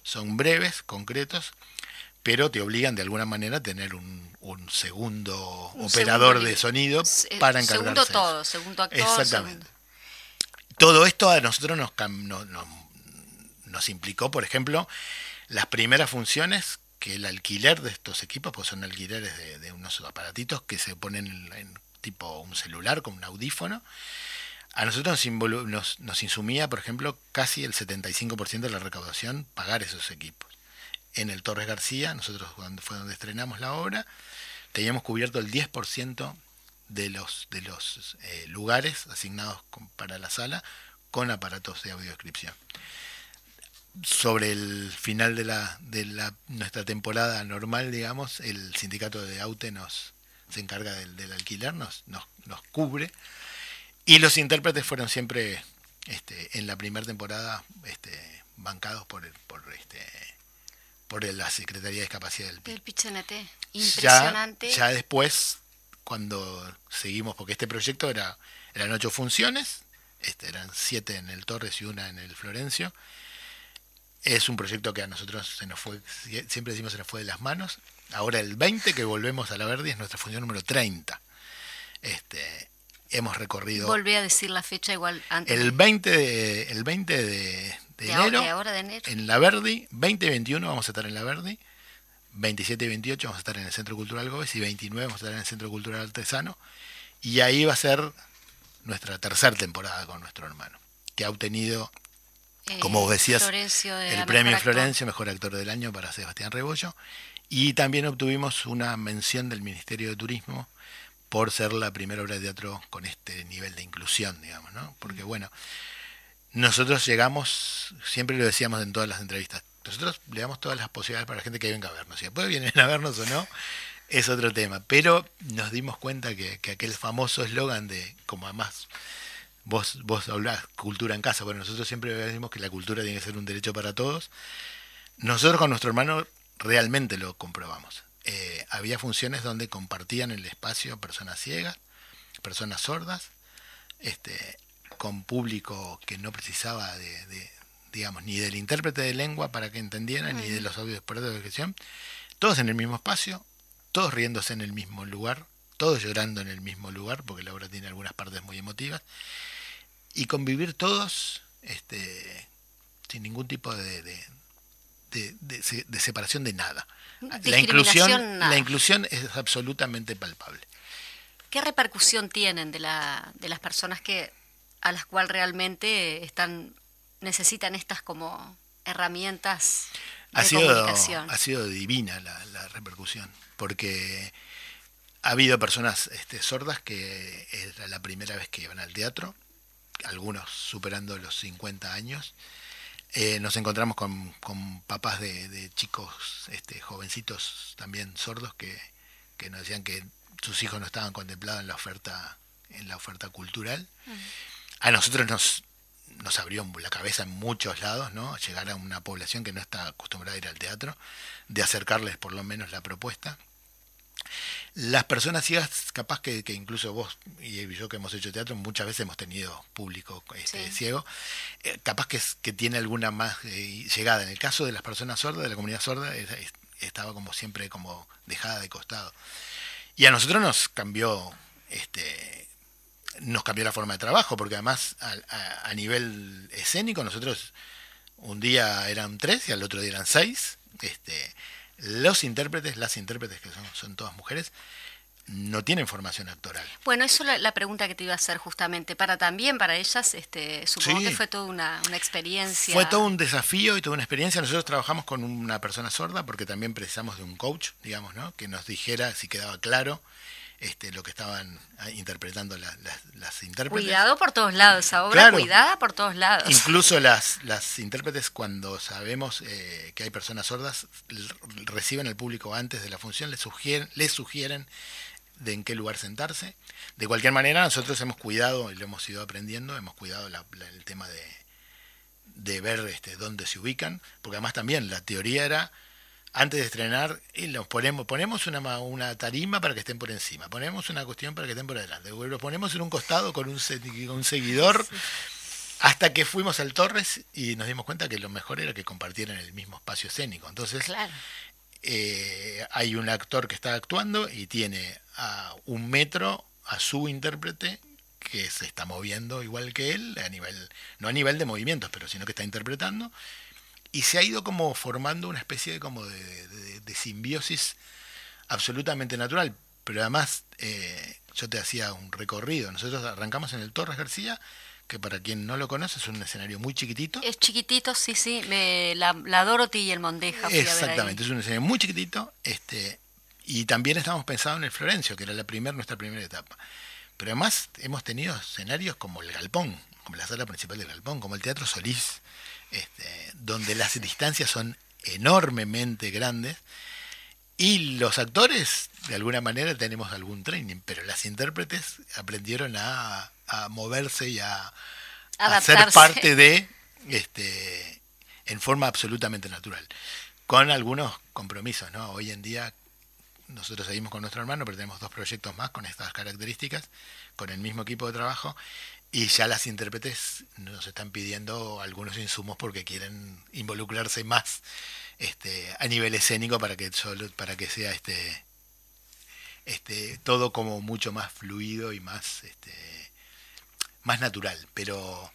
S4: son breves, concretos, pero te obligan de alguna manera a tener un segundo operador de sonido para encargarse de eso.
S1: Segundo actor.
S4: Exactamente. Todo esto a nosotros nos implicó, por ejemplo, las primeras funciones, que el alquiler de estos equipos, pues son alquileres de unos aparatitos que se ponen en tipo un celular con un audífono. A nosotros nos insumía, por ejemplo, casi el 75% de la recaudación pagar esos equipos. En el Torres García, nosotros fue donde estrenamos la obra, teníamos cubierto el 10% de los lugares asignados para la sala con aparatos de audiodescripción. Sobre el final de nuestra temporada normal, digamos, el sindicato de AUTE se encarga del alquiler, nos cubre, y los intérpretes fueron siempre en la primera temporada bancados por la Secretaría de Discapacidad del
S1: PIT-CNT. Impresionante.
S4: Ya después, cuando seguimos, porque este proyecto eran 8 funciones, eran 7 en el Torres y 1 en el Florencio. Es un proyecto que a nosotros siempre decimos se nos fue de las manos. Ahora el 20 que volvemos a la Verdi es nuestra función número 30. Hemos recorrido...
S1: Volví a decir la fecha igual antes.
S4: El 20 de enero,
S1: ahora de enero,
S4: en la Verdi, 20 y 21 vamos a estar en la Verdi, 27 y 28 vamos a estar en el Centro Cultural Gómez y 29 vamos a estar en el Centro Cultural Artesano. Y ahí va a ser nuestra tercera temporada con nuestro hermano, que ha obtenido... como vos decías, el premio Florencio, mejor actor del año para Sebastián Rebollo, y también obtuvimos una mención del Ministerio de Turismo por ser la primera obra de teatro con este nivel de inclusión, digamos, ¿no? Porque bueno, nosotros llegamos, siempre lo decíamos en todas las entrevistas, nosotros le damos todas las posibilidades para la gente que venga a vernos, si después vienen a vernos o no, es otro tema, pero nos dimos cuenta que aquel famoso eslogan de, como además... Vos hablás cultura en casa, bueno, nosotros siempre decimos que la cultura tiene que ser un derecho para todos. Nosotros con nuestro hermano realmente lo comprobamos. Había funciones donde compartían el espacio personas ciegas, personas sordas, con público que no precisaba digamos, ni del intérprete de lengua para que entendieran, ni de los audios de descripción, todos en el mismo espacio, todos riéndose en el mismo lugar, todos llorando en el mismo lugar, porque la obra tiene algunas partes muy emotivas, y convivir todos sin ningún tipo de separación de nada. La inclusión es absolutamente palpable.
S1: ¿Qué repercusión tienen de las personas a las cuales realmente necesitan estas como herramientas de comunicación?
S4: Ha sido divina la repercusión, porque ha habido personas sordas que era la primera vez que iban al teatro, algunos superando los 50 años. Nos encontramos con papás de chicos jovencitos también sordos que nos decían que sus hijos no estaban contemplados en la oferta cultural. A nosotros nos abrió la cabeza en muchos lados, ¿no? Llegar a una población que no está acostumbrada a ir al teatro, de acercarles por lo menos la propuesta. Las personas ciegas, capaz que incluso vos y yo que hemos hecho teatro, muchas veces hemos tenido público ciego, capaz que tiene alguna más llegada. En el caso de las personas sordas, de la comunidad sorda, estaba como siempre como dejada de costado. Y a nosotros nos cambió la forma de trabajo, porque además a nivel escénico nosotros un día eran 3 y al otro día eran 6. Las intérpretes que son todas mujeres, no tienen formación actoral.
S1: Bueno, eso es la pregunta que te iba a hacer justamente. Para ellas, supongo que fue toda una experiencia.
S4: Fue todo un desafío y toda una experiencia. Nosotros trabajamos con una persona sorda porque también precisamos de un coach, digamos, ¿no? Que nos dijera si quedaba claro lo que estaban interpretando las intérpretes.
S1: Cuidado por todos lados, esa obra, claro, cuidada por todos lados.
S4: Incluso las intérpretes, cuando sabemos que hay personas sordas, reciben al público antes de la función, les sugieren de en qué lugar sentarse. De cualquier manera, nosotros hemos cuidado, y lo hemos ido aprendiendo, hemos cuidado el tema de ver dónde se ubican, porque además también la teoría era, antes de estrenar, los ponemos una tarima para que estén por encima, ponemos una cuestión para que estén por adelante, los ponemos en un costado con un seguidor, Hasta que fuimos al Torres y nos dimos cuenta que lo mejor era que compartieran el mismo espacio escénico. Entonces,
S1: Claro.
S4: hay un actor que está actuando y tiene a 1 metro a su intérprete que se está moviendo igual que él, no a nivel de movimientos, pero sino que está interpretando. Y se ha ido como formando una especie de como de simbiosis absolutamente natural. Pero además, yo te hacía un recorrido. Nosotros arrancamos en el Torres García, que para quien no lo conoce es un escenario muy chiquitito.
S1: Es chiquitito, sí. La Dorothy y el Mondeja fui a ver ahí.
S4: Exactamente, es un escenario muy chiquitito. Y también estamos pensados en el Florencio, que era nuestra primera etapa. Pero además hemos tenido escenarios como el Galpón, como la sala principal del Galpón, como el Teatro Solís, donde las distancias son enormemente grandes. Y los actores, de alguna manera, tenemos algún training, pero las intérpretes aprendieron a moverse y a ser
S1: Adaptarse.
S4: parte de, en forma absolutamente natural, con algunos compromisos, ¿no? Hoy en día nosotros seguimos con nuestro hermano, pero tenemos 2 proyectos más con estas características, con el mismo equipo de trabajo, y ya las intérpretes nos están pidiendo algunos insumos porque quieren involucrarse más a nivel escénico para que sea todo como mucho más fluido y más natural, pero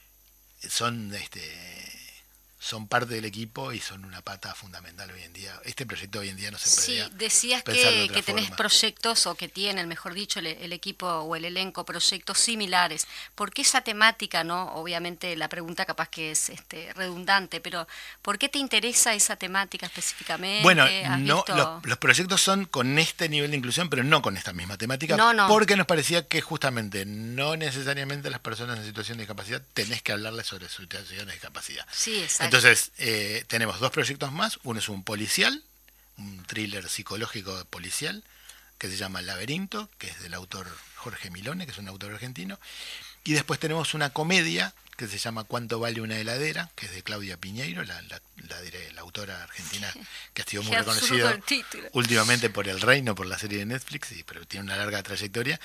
S4: son parte del equipo y son una pata fundamental hoy en día. Este proyecto hoy en día no se
S1: Sí,
S4: podría
S1: decías
S4: pensar de
S1: que,
S4: otra
S1: que tenés
S4: forma.
S1: proyectos, o que tienen, mejor dicho, el equipo o el elenco, proyectos similares. ¿Por qué esa temática, no? Obviamente la pregunta capaz que es redundante, pero ¿por qué te interesa esa temática específicamente?
S4: Bueno,
S1: ¿Has
S4: no,
S1: visto?
S4: los proyectos son con este nivel de inclusión, pero no con esta misma temática,
S1: No.
S4: porque nos parecía que justamente no necesariamente las personas en situación de discapacidad tenés que hablarles sobre su situación de discapacidad.
S1: Sí, exacto.
S4: Entonces, tenemos 2 proyectos más. Uno es un policial, un thriller psicológico policial, que se llama Laberinto, que es del autor Jorge Milone, que es un autor argentino. Y después tenemos una comedia que se llama ¿Cuánto vale una heladera?, que es de Claudia Piñeiro, la autora argentina que ha sido muy
S1: Qué absurdo
S4: reconocida
S1: el título.
S4: últimamente por El Reino, por la serie de Netflix, pero tiene una larga trayectoria.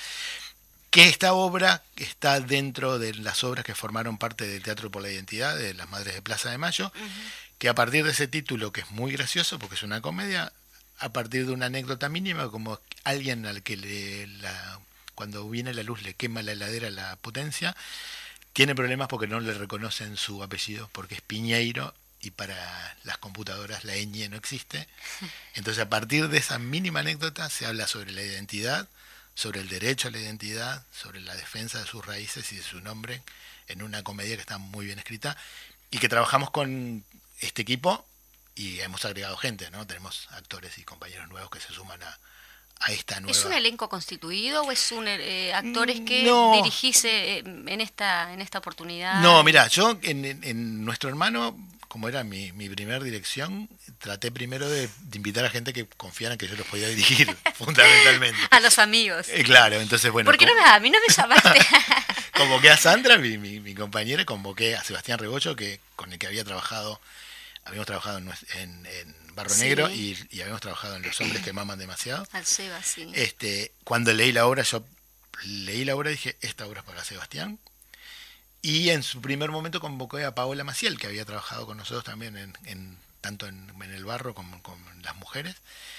S4: Que esta obra está dentro de las obras que formaron parte del Teatro por la Identidad, de las Madres de Plaza de Mayo, que a partir de ese título, que es muy gracioso porque es una comedia, a partir de una anécdota mínima, como alguien al que cuando viene la luz le quema la heladera la potencia, tiene problemas porque no le reconocen su apellido, porque es Piñeiro y para las computadoras la ñ no existe. Entonces, a partir de esa mínima anécdota se habla sobre la identidad, sobre el derecho a la identidad, sobre la defensa de sus raíces y de su nombre, en una comedia que está muy bien escrita y que trabajamos con este equipo y hemos agregado gente, ¿no? Tenemos actores y compañeros nuevos que se suman a esta nueva...
S1: ¿Es un elenco constituido o es actores que
S4: No.
S1: dirigís en esta oportunidad?
S4: No, mira, yo en Nuestro Hermano, como era mi primer dirección, traté primero de invitar a gente que confiara en que yo los podía dirigir, fundamentalmente.
S1: A los amigos.
S4: Claro, entonces, bueno,
S1: ¿Por qué a mí no me llamaste?
S4: convoqué a Sandra, mi compañera, y convoqué a Sebastián Rebocho, con el que habíamos trabajado en Barro
S1: Sí.
S4: Negro y habíamos trabajado en Los Hombres que Maman Demasiado.
S1: Al Seba, sí.
S4: Cuando leí la obra y dije, esta obra es para Sebastián. Y en su primer momento convoqué a Paola Maciel, que había trabajado con nosotros también tanto en El Barro como con Las Mujeres,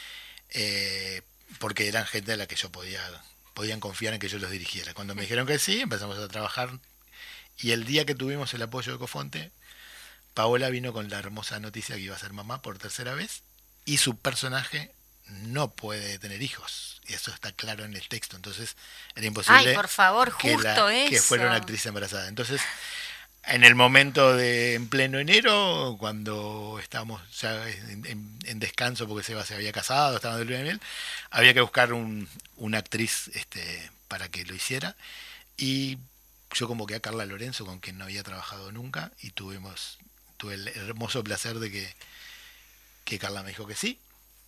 S4: porque eran gente a la que yo podían confiar en que yo los dirigiera. Cuando me dijeron que sí, empezamos a trabajar, y el día que tuvimos el apoyo de Cofonte, Paola vino con la hermosa noticia que iba a ser mamá por 3ª vez, y su personaje no puede tener hijos, y eso está claro en el texto, entonces era imposible.
S1: Ay, por favor,
S4: que
S1: justo
S4: que
S1: eso.
S4: fuera una actriz embarazada. Entonces, en el momento en pleno enero, cuando estábamos ya en descanso porque Seba se había casado, estaban de luna de miel, había que buscar una actriz para que lo hiciera, y yo convoqué a Carla Lorenzo, con quien no había trabajado nunca, y tuve el hermoso placer de que Carla me dijo que sí.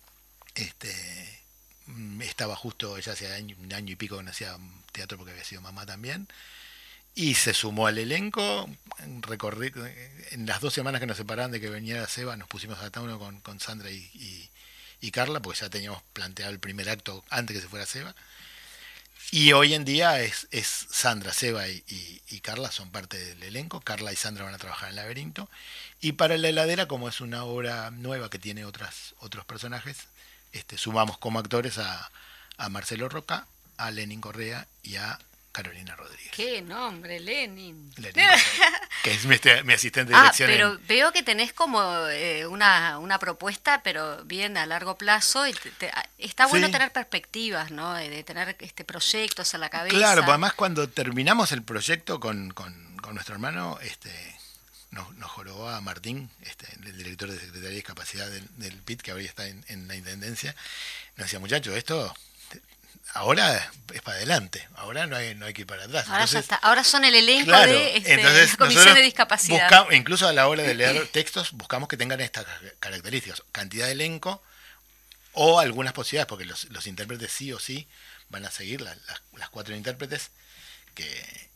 S4: Estaba justo, ella hacía un año y pico que no hacía teatro porque había sido mamá también, y se sumó al elenco. Recorrí, en las 2 semanas que nos separaban de que venía Seba, nos pusimos a tono con Sandra y Carla, porque ya teníamos planteado el primer acto antes que se fuera Seba, Y hoy en día es Sandra, Seba y Carla son parte del elenco. Carla y Sandra van a trabajar en Laberinto. Y para La Heladera, como es una obra nueva que tiene otros personajes, sumamos como actores a Marcelo Roca, a Lenin Correa y a Carolina Rodríguez.
S1: ¡Qué nombre, Lenin!
S4: Lenin Correa, que es mi asistente de dirección.
S1: Pero veo que tenés como una propuesta, pero bien a largo plazo. Y está bueno tener perspectivas, ¿no? De tener proyectos en la cabeza.
S4: Claro, pues además cuando terminamos el proyecto con nuestro hermano, nos jorobó a Martín, el director de Secretaría de Discapacidad del PIT, que ahora está en la Intendencia. Nos decía, muchachos, esto ahora es para adelante, ahora no hay que ir para atrás.
S1: Ahora,
S4: entonces,
S1: ahora son el elenco
S4: claro,
S1: de la Comisión de Discapacidad.
S4: Incluso a la hora de leer textos, buscamos que tengan estas características, cantidad de elenco o algunas posibilidades, porque los intérpretes sí o sí van a seguir las 4 intérpretes que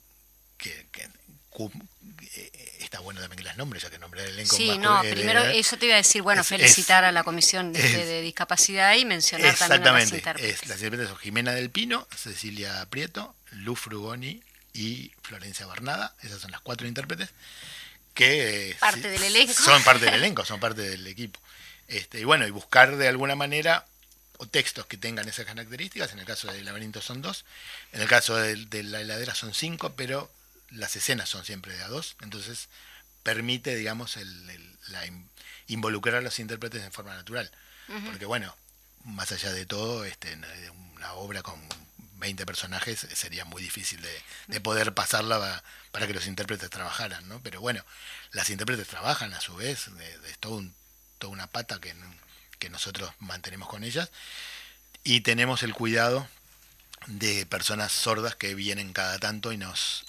S4: está bueno también que las nombres, ya que nombrar el elenco.
S1: Sí, primero eso te iba a decir, felicitar a la Comisión de Discapacidad y mencionar también a las intérpretes.
S4: Las intérpretes son Jimena del Pino, Cecilia Prieto, Lu Frugoni y Florencia Barnada. Esas son las 4 intérpretes que
S1: parte del elenco.
S4: Son parte del elenco, son parte del equipo. Y buscar de alguna manera o textos que tengan esas características. En el caso del Laberinto son 2, en el caso de La Heladera son 5, pero las escenas son siempre de a 2, entonces permite, digamos, involucrar a los intérpretes de forma natural. Uh-huh. Porque más allá de todo, una obra con 20 personajes sería muy difícil de poder pasarla para que los intérpretes trabajaran, ¿no? Pero las intérpretes trabajan a su vez, es toda una pata que nosotros mantenemos con ellas, y tenemos el cuidado de personas sordas que vienen cada tanto y nos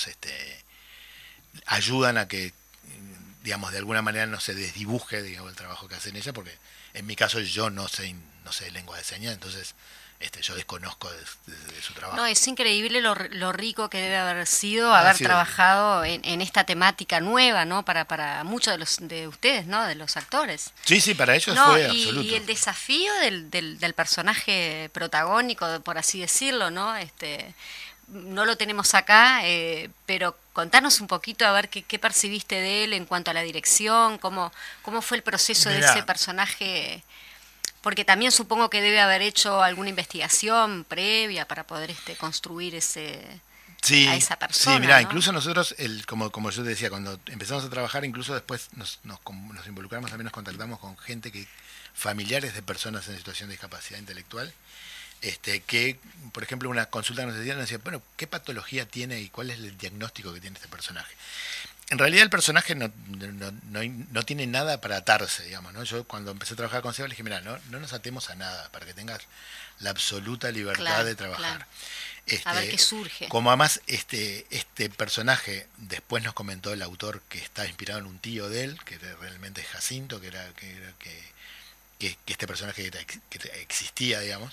S4: ayudan a que, digamos, de alguna manera no se desdibuje, digamos, el trabajo que hacen ellas, porque en mi caso yo no sé lengua de señas, entonces yo desconozco de su trabajo.
S1: No, es increíble lo rico que debe haber sido haber trabajado en esta temática nueva, ¿no? Para muchos de ustedes, ¿no? De los actores.
S4: Sí, para ellos fue absoluto.
S1: Y el desafío del personaje protagónico, por así decirlo, ¿no? No lo tenemos acá, pero contanos un poquito a ver qué percibiste de él en cuanto a la dirección, cómo fue el proceso de ese personaje. Porque también supongo que debe haber hecho alguna investigación previa para poder construir a esa persona.
S4: Sí,
S1: ¿no?
S4: Incluso nosotros, como yo te decía, cuando empezamos a trabajar, incluso después nos involucramos, también nos contactamos con gente familiares de personas en situación de discapacidad intelectual, que, por ejemplo, una consulta nos decía, bueno, ¿qué patología tiene y cuál es el diagnóstico que tiene este personaje? En realidad el personaje no tiene nada para atarse, digamos, ¿no? Yo cuando empecé a trabajar con Seba le dije, mira, no nos atemos a nada, para que tengas la absoluta libertad de trabajar.
S1: Claro. A ver qué surge.
S4: Como además este personaje, después nos comentó el autor que está inspirado en un tío de él, que realmente es Jacinto, que este personaje que existía, digamos.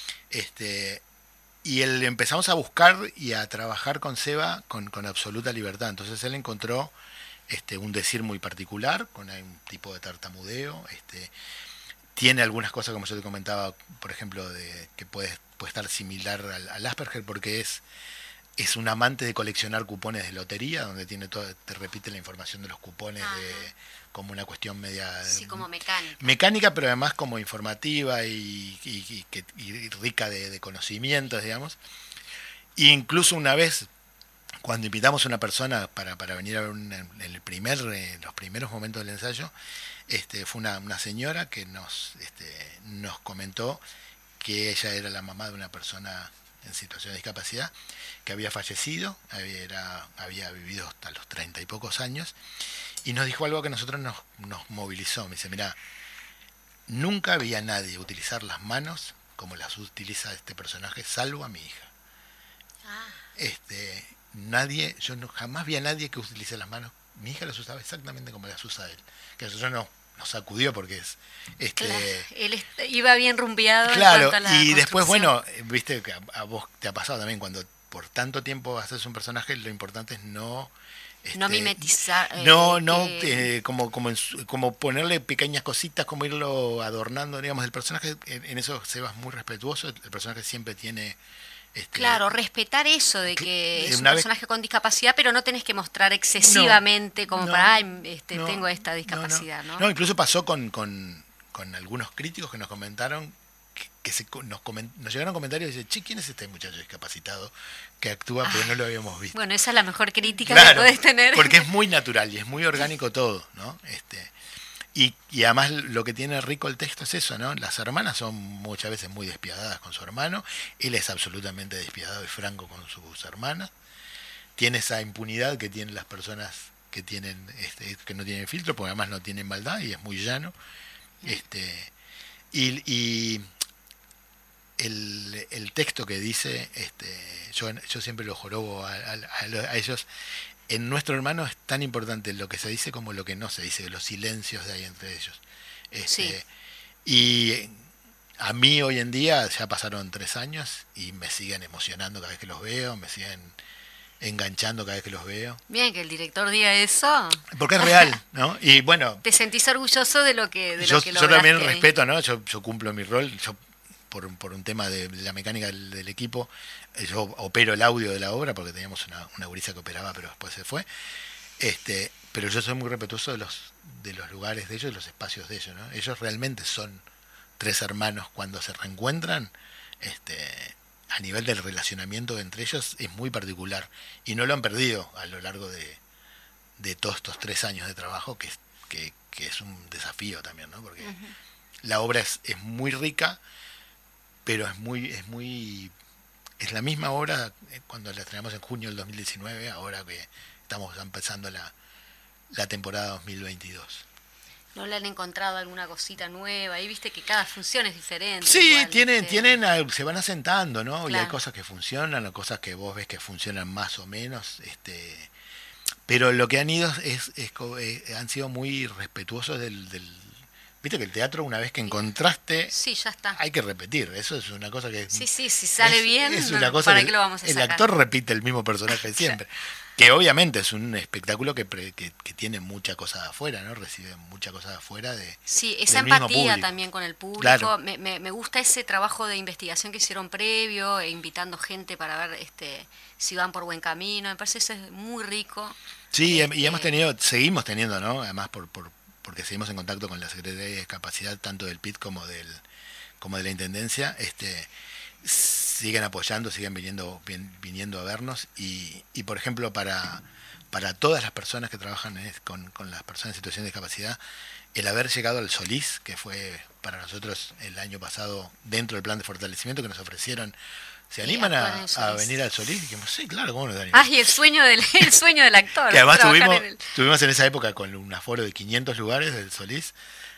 S4: Y empezamos a buscar y a trabajar con Seba con absoluta libertad. Entonces él encontró un decir muy particular, con un tipo de tartamudeo. Tiene algunas cosas, como yo te comentaba, por ejemplo, que puede estar similar al Asperger, porque es un amante de coleccionar cupones de lotería, donde te repite la información de los cupones como una cuestión media...
S1: Sí, como mecánica.
S4: Mecánica, pero además como informativa y rica de conocimientos, digamos. E incluso una vez, cuando invitamos a una persona para venir a ver en los primeros momentos del ensayo, fue una señora que nos comentó que ella era la mamá de una persona en situación de discapacidad, que había fallecido, había vivido hasta los 30 y pocos años, y nos dijo algo que a nosotros nos movilizó. Me dice, mira, nunca vi a nadie utilizar las manos como las utiliza este personaje, salvo a mi hija. Yo jamás vi a nadie que utilice las manos. Mi hija las usaba exactamente como las usa él, que a nosotros nos sacudió porque es...
S1: Claro, él iba bien rumbeado.
S4: Claro,
S1: en cuanto a la
S4: y después, viste que a vos te ha pasado también, cuando por tanto tiempo haces un personaje, lo importante es no
S1: mimetizar.
S4: Como ponerle pequeñas cositas, como irlo adornando, digamos, el personaje. En eso Seba es muy respetuoso. El personaje siempre tiene
S1: Claro, respetar eso de que es un
S4: una vez-
S1: personaje con discapacidad, pero no tenés que mostrar excesivamente como
S4: no,
S1: para,
S4: no,
S1: tengo esta discapacidad, ¿no?
S4: No, incluso pasó con algunos críticos que nos comentaron, nos llegaron comentarios y dicen, che, ¿quién es este muchacho discapacitado que actúa pero no lo habíamos visto?
S1: Bueno, esa es la mejor crítica
S4: Claro,
S1: que podés tener.
S4: porque es muy natural y es muy orgánico todo, ¿no? Y además lo que tiene rico el texto es eso, ¿no? Las hermanas son muchas veces muy despiadadas con su hermano, él es absolutamente despiadado y franco con sus hermanas, tiene esa impunidad que tienen las personas que tienen que no tienen filtro, porque además no tienen maldad y es muy llano. Y el texto que dice, yo siempre lo jorobo a ellos. En nuestro hermano es tan importante lo que se dice como lo que no se dice, los silencios de ahí entre ellos.
S1: Sí.
S4: Y a mí hoy en día ya pasaron 3 años y me siguen emocionando cada vez que los veo, me siguen enganchando cada vez que los veo.
S1: Bien, que el director diga eso.
S4: Porque es real, ¿no? Y bueno,
S1: Te sentís orgulloso de lo que
S4: yo
S1: lograste
S4: también
S1: ahí.
S4: respeto, ¿no? Yo cumplo mi rol, yo por un tema de la mecánica del equipo, yo opero el audio de la obra porque teníamos una gurisa que operaba pero después se fue. Pero yo soy muy respetuoso de los lugares de ellos, de los espacios de ellos, ¿no? Ellos realmente son 3 hermanos cuando se reencuentran. A nivel del relacionamiento entre ellos es muy particular y no lo han perdido a lo largo de todos estos 3 años de trabajo, que es un desafío también, ¿no? Porque la obra es muy rica, pero es la misma obra cuando la estrenamos en junio del 2019, ahora que estamos empezando la temporada 2022.
S1: ¿No le han encontrado alguna cosita nueva? Ahí viste que cada función es diferente.
S4: Sí,
S1: igual,
S4: se van asentando, ¿no?
S1: Claro.
S4: Y hay cosas que funcionan, hay cosas que vos ves que funcionan más o menos, pero lo que han ido han sido muy respetuosos del viste que el teatro, una vez que encontraste,
S1: Sí, ya está.
S4: hay que repetir. Eso es una cosa que
S1: Sí, si sale bien,
S4: es
S1: no,
S4: una cosa
S1: ¿para
S4: que
S1: qué lo vamos a
S4: el
S1: sacar?
S4: actor repite el mismo personaje siempre. Que obviamente es un espectáculo que tiene mucha cosa de afuera, ¿no? Recibe mucha cosa de afuera
S1: Sí, esa
S4: del mismo
S1: empatía
S4: público.
S1: también con el público.
S4: Claro.
S1: Me gusta ese trabajo de investigación que hicieron previo, invitando gente para ver si van por buen camino. Me parece eso es muy rico.
S4: Sí, y seguimos teniendo, ¿no? Además porque seguimos en contacto con la Secretaría de Discapacidad, tanto del PIT como de la Intendencia, siguen apoyando, siguen viniendo a vernos y por ejemplo para todas las personas que trabajan con las personas en situación de discapacidad, el haber llegado al Solís, que fue para nosotros el año pasado dentro del plan de fortalecimiento que nos ofrecieron, ¿se animan a venir al Solís? Y dijimos, sí, claro, ¿cómo nos animamos?
S1: Y el sueño del actor.
S4: Que además
S1: trabajar
S4: tuvimos en esa época con un aforo de 500 lugares del Solís,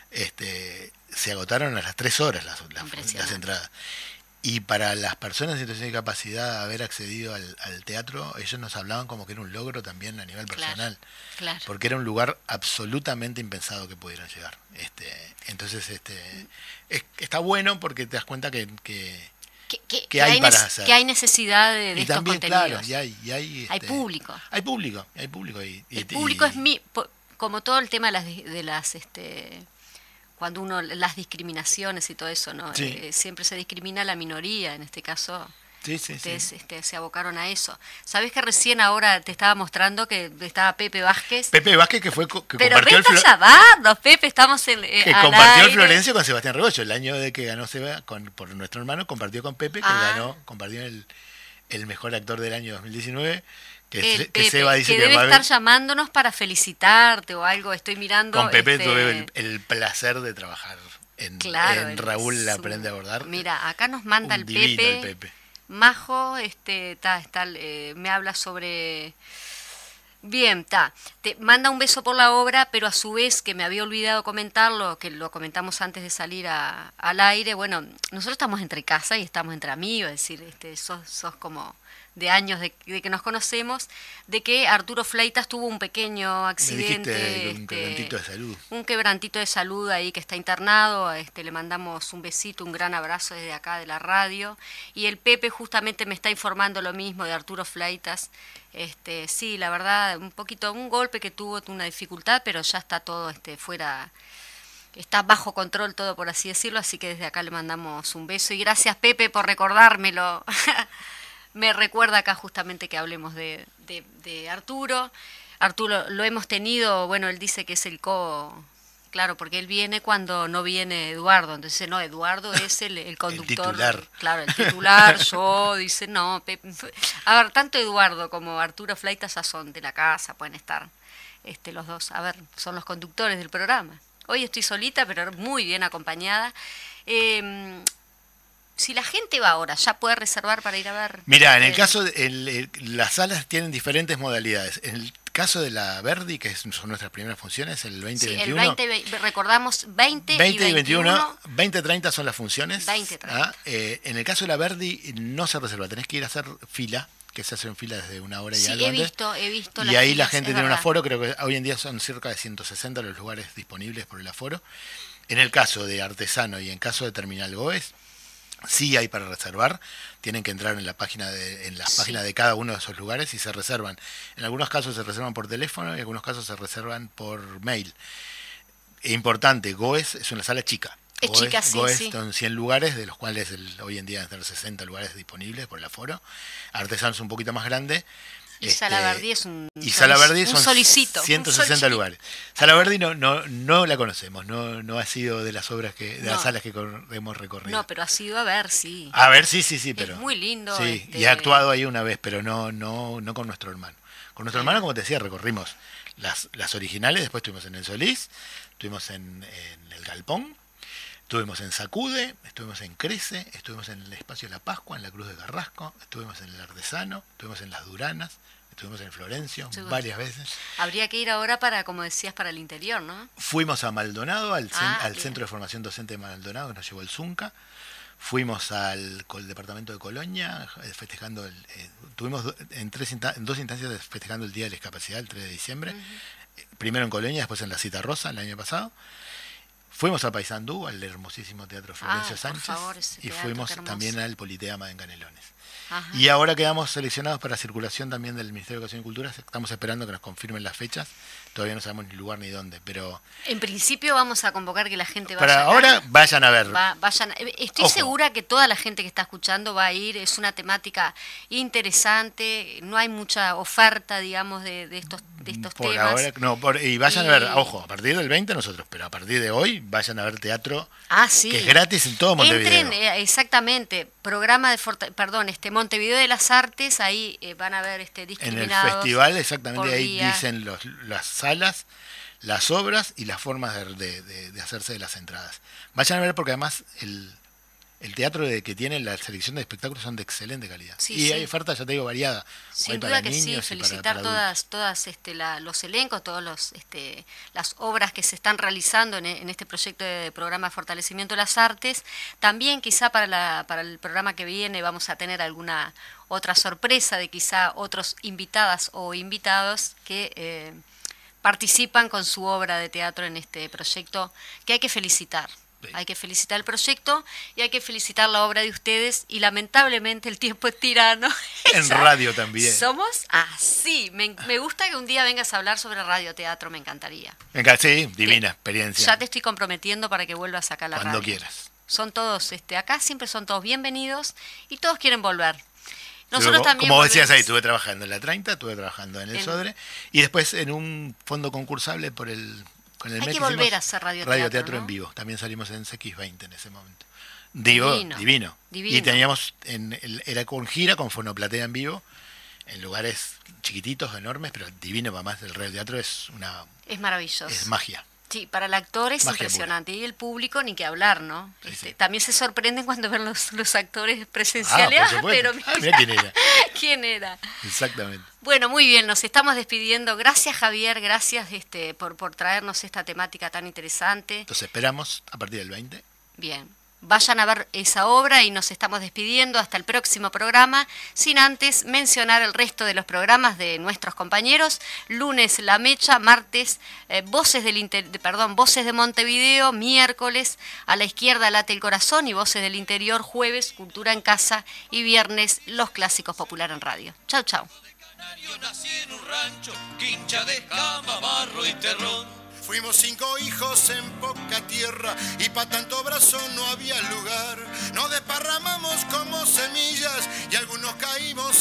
S4: se agotaron a las 3 horas las entradas. Y para las personas en situación de discapacidad haber accedido al teatro, ellos nos hablaban como que era un logro también a nivel personal.
S1: Claro.
S4: Porque era un lugar absolutamente impensado que pudieran llegar. Entonces está bueno porque te das cuenta que hay para hacer.
S1: Que hay necesidad de
S4: y
S1: estos
S4: también,
S1: contenidos.
S4: claro, hay
S1: público.
S4: Hay público.
S1: El público es como todo el tema de las cuando uno las discriminaciones y todo eso, ¿no?
S4: Sí.
S1: Siempre se discrimina a la minoría, en este caso.
S4: Sí.
S1: Ustedes se abocaron a eso. ¿Sabés que recién ahora te estaba mostrando que estaba Pepe Vázquez?
S4: Pepe Vázquez que
S1: Pero
S4: compartió
S1: vete a llamarnos, Pepe, estamos
S4: que
S1: al
S4: compartió el
S1: aire.
S4: Florencio con Sebastián Rebollo. El año de que ganó Seba por nuestro hermano, compartió con Pepe, que compartió el mejor actor del año 2019. Que
S1: Pepe,
S4: Seba dice
S1: que
S4: que
S1: debe
S4: va a
S1: estar
S4: ver.
S1: llamándonos para felicitarte o algo. Estoy mirando.
S4: Con Pepe tuve el placer de trabajar en Raúl la aprende a bordar.
S1: Mira, acá nos manda el Pepe. Majo, me habla sobre. Bien, te manda un beso por la obra, pero a su vez, que me había olvidado comentarlo, que lo comentamos antes de salir al aire, bueno, nosotros estamos entre casa y estamos entre amigos, es decir, sos como de años de que nos conocemos, de que Arturo Fleitas tuvo un pequeño accidente.
S4: Un quebrantito de salud.
S1: Un quebrantito de salud ahí que está internado, le mandamos un besito, un gran abrazo desde acá de la radio. Y el Pepe justamente me está informando lo mismo de Arturo Fleitas. Sí, la verdad, un golpe que tuvo, una dificultad, pero ya está todo fuera, está bajo control todo, por así decirlo, así que desde acá le mandamos un beso. Y gracias, Pepe, por recordármelo. me recuerda acá justamente que hablemos de Arturo. Arturo lo hemos tenido, bueno, él dice que es el claro, porque él viene cuando no viene Eduardo, entonces no, Eduardo es el conductor,
S4: el titular.
S1: Claro, el titular, yo, dice, no, a ver, tanto Eduardo como Arturo Fleitas ya son de la casa, pueden estar los dos, a ver, son los conductores del programa. Hoy estoy solita, pero muy bien acompañada. Si la gente va ahora, ¿ya puede reservar para ir a ver?
S4: Mirá, en el caso, las salas tienen diferentes modalidades. En el caso de la Verdi, que son nuestras primeras funciones, el 20 y 21.
S1: Recordamos 20
S4: y 21. 20-30 son las funciones.
S1: 20-30.
S4: En el caso de la Verdi no se reserva, tenés que ir a hacer fila, que se hace en fila desde una hora y algo antes.
S1: He visto.
S4: Y ahí la gente tiene un aforo, creo que hoy en día son cerca de 160 los lugares disponibles por el aforo. En el caso de Artesano y en caso de Terminal Goes, sí hay para reservar, tienen que entrar en la página páginas de cada uno de esos lugares y se reservan. En algunos casos se reservan por teléfono y en algunos casos se reservan por mail. Importante, Goes es una sala chica. Goes son 100 lugares, de los cuales hoy en día deben tener 60 lugares disponibles por el aforo. Artesano es un poquito más grande.
S1: Y Sala Verdi es un
S4: solicito, 160 lugares. Sala Verdi no la conocemos, no ha sido de las obras las salas que hemos recorrido.
S1: No, pero ha sido a ver, sí.
S4: A ver, sí, pero
S1: es muy lindo.
S4: Sí, y ha actuado ahí una vez, pero no con nuestro hermano. Con nuestro hermano, como te decía, recorrimos las originales, después estuvimos en el Solís, estuvimos en el Galpón, estuvimos en Sacude, estuvimos en Crece, estuvimos en el Espacio de la Pascua, en la Cruz de Carrasco, estuvimos en el Artesano, estuvimos en las Duranas, estuvimos en Florencio varias veces.
S1: Habría que ir ahora para, como decías, para el interior, ¿no?
S4: Fuimos a Maldonado, al Centro de Formación Docente de Maldonado, que nos llevó el Zunca. Fuimos al departamento de Colonia, festejando, tuvimos en dos instancias festejando el Día de la Discapacidad, el 3 de diciembre. Primero en Colonia, después en la Cita Rosa, el año pasado. Fuimos a Paysandú, al hermosísimo Teatro Florencio Sánchez,
S1: favor,
S4: y fuimos también al Politeama en Canelones.
S1: Ajá.
S4: Y ahora quedamos seleccionados para circulación también del Ministerio de Educación y Cultura. Estamos esperando que nos confirmen las fechas. Todavía no sabemos ni lugar ni dónde, pero...
S1: En principio vamos a convocar que la gente vaya.
S4: Para ahora, vayan a ver.
S1: Estoy segura que toda la gente que está escuchando va a ir. Es una temática interesante. No hay mucha oferta, digamos, de estos
S4: por
S1: temas.
S4: Ahora, y vayan a ver, ojo, a partir del 20 nosotros, pero a partir de hoy vayan a ver teatro, que es gratis en todo Montevideo.
S1: Entren, exactamente, programa de Montevideo de las Artes, ahí van a ver discriminados.
S4: En el festival, exactamente, ahí
S1: día.
S4: dicen las salas, las obras y las formas de hacerse de las entradas. Vayan a ver porque además el teatro que tiene la selección de espectáculos son de excelente calidad.
S1: Sí,
S4: hay oferta, ya te digo, variada.
S1: Sin duda que sí, felicitar todas los elencos, todas las obras que se están realizando en este proyecto de programa de fortalecimiento de las artes. También quizá para el programa que viene vamos a tener alguna otra sorpresa de quizá otros invitadas o invitados que participan con su obra de teatro en este proyecto que hay que felicitar. Hay que felicitar el proyecto y hay que felicitar la obra de ustedes y lamentablemente el tiempo es tirano.
S4: En radio también.
S1: Somos así. Me gusta que un día vengas a hablar sobre radioteatro, me encantaría.
S4: Venga, sí, divina experiencia.
S1: Ya te estoy comprometiendo para que vuelvas acá a la radio.
S4: Cuando quieras.
S1: Son todos, acá siempre son todos bienvenidos y todos quieren volver. Nosotros también
S4: como decías ahí, estuve trabajando en la 30, estuve trabajando en el Sodre y después en un fondo concursable con el
S1: Hay que volver a hacer radioteatro,
S4: ¿no? En vivo. También salimos en CX20 en ese momento. Divino. Y teníamos, era con gira, con fonoplatea en vivo, en lugares chiquititos, enormes, pero divino. Además, el radioteatro es
S1: maravilloso.
S4: Es magia.
S1: Sí, para el actor es
S4: magia
S1: impresionante.
S4: Pura.
S1: Y el público, ni que hablar, ¿no?
S4: Sí.
S1: También se sorprenden cuando ven los actores presenciales.
S4: Pero mira quién era.
S1: ¿Quién era?
S4: Exactamente.
S1: Bueno, muy bien, nos estamos despidiendo. Gracias, Javier, gracias por traernos esta temática tan interesante.
S4: Entonces esperamos a partir del 20.
S1: Bien. Vayan a ver esa obra y nos estamos despidiendo hasta el próximo programa, sin antes mencionar el resto de los programas de nuestros compañeros. Lunes La Mecha, martes Voces de Montevideo, miércoles A la Izquierda Late el Corazón y Voces del Interior, jueves Cultura en Casa y viernes Los Clásicos Popular en Radio. Chau, chau.
S5: Nací en un rancho, quincha de jama, barro y terrón.
S6: Fuimos 5 hijos en poca tierra y pa' tanto brazo no había lugar. Nos desparramamos como semillas y algunos caímos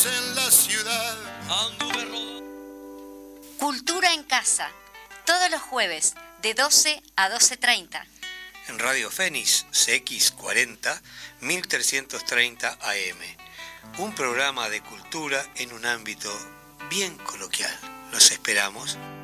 S5: anduve rodando.
S1: Cultura en casa, todos los jueves de 12 a 12:30.
S2: En Radio Fénix CX40 1330 AM. Un programa de cultura en un ámbito bien coloquial. Los esperamos.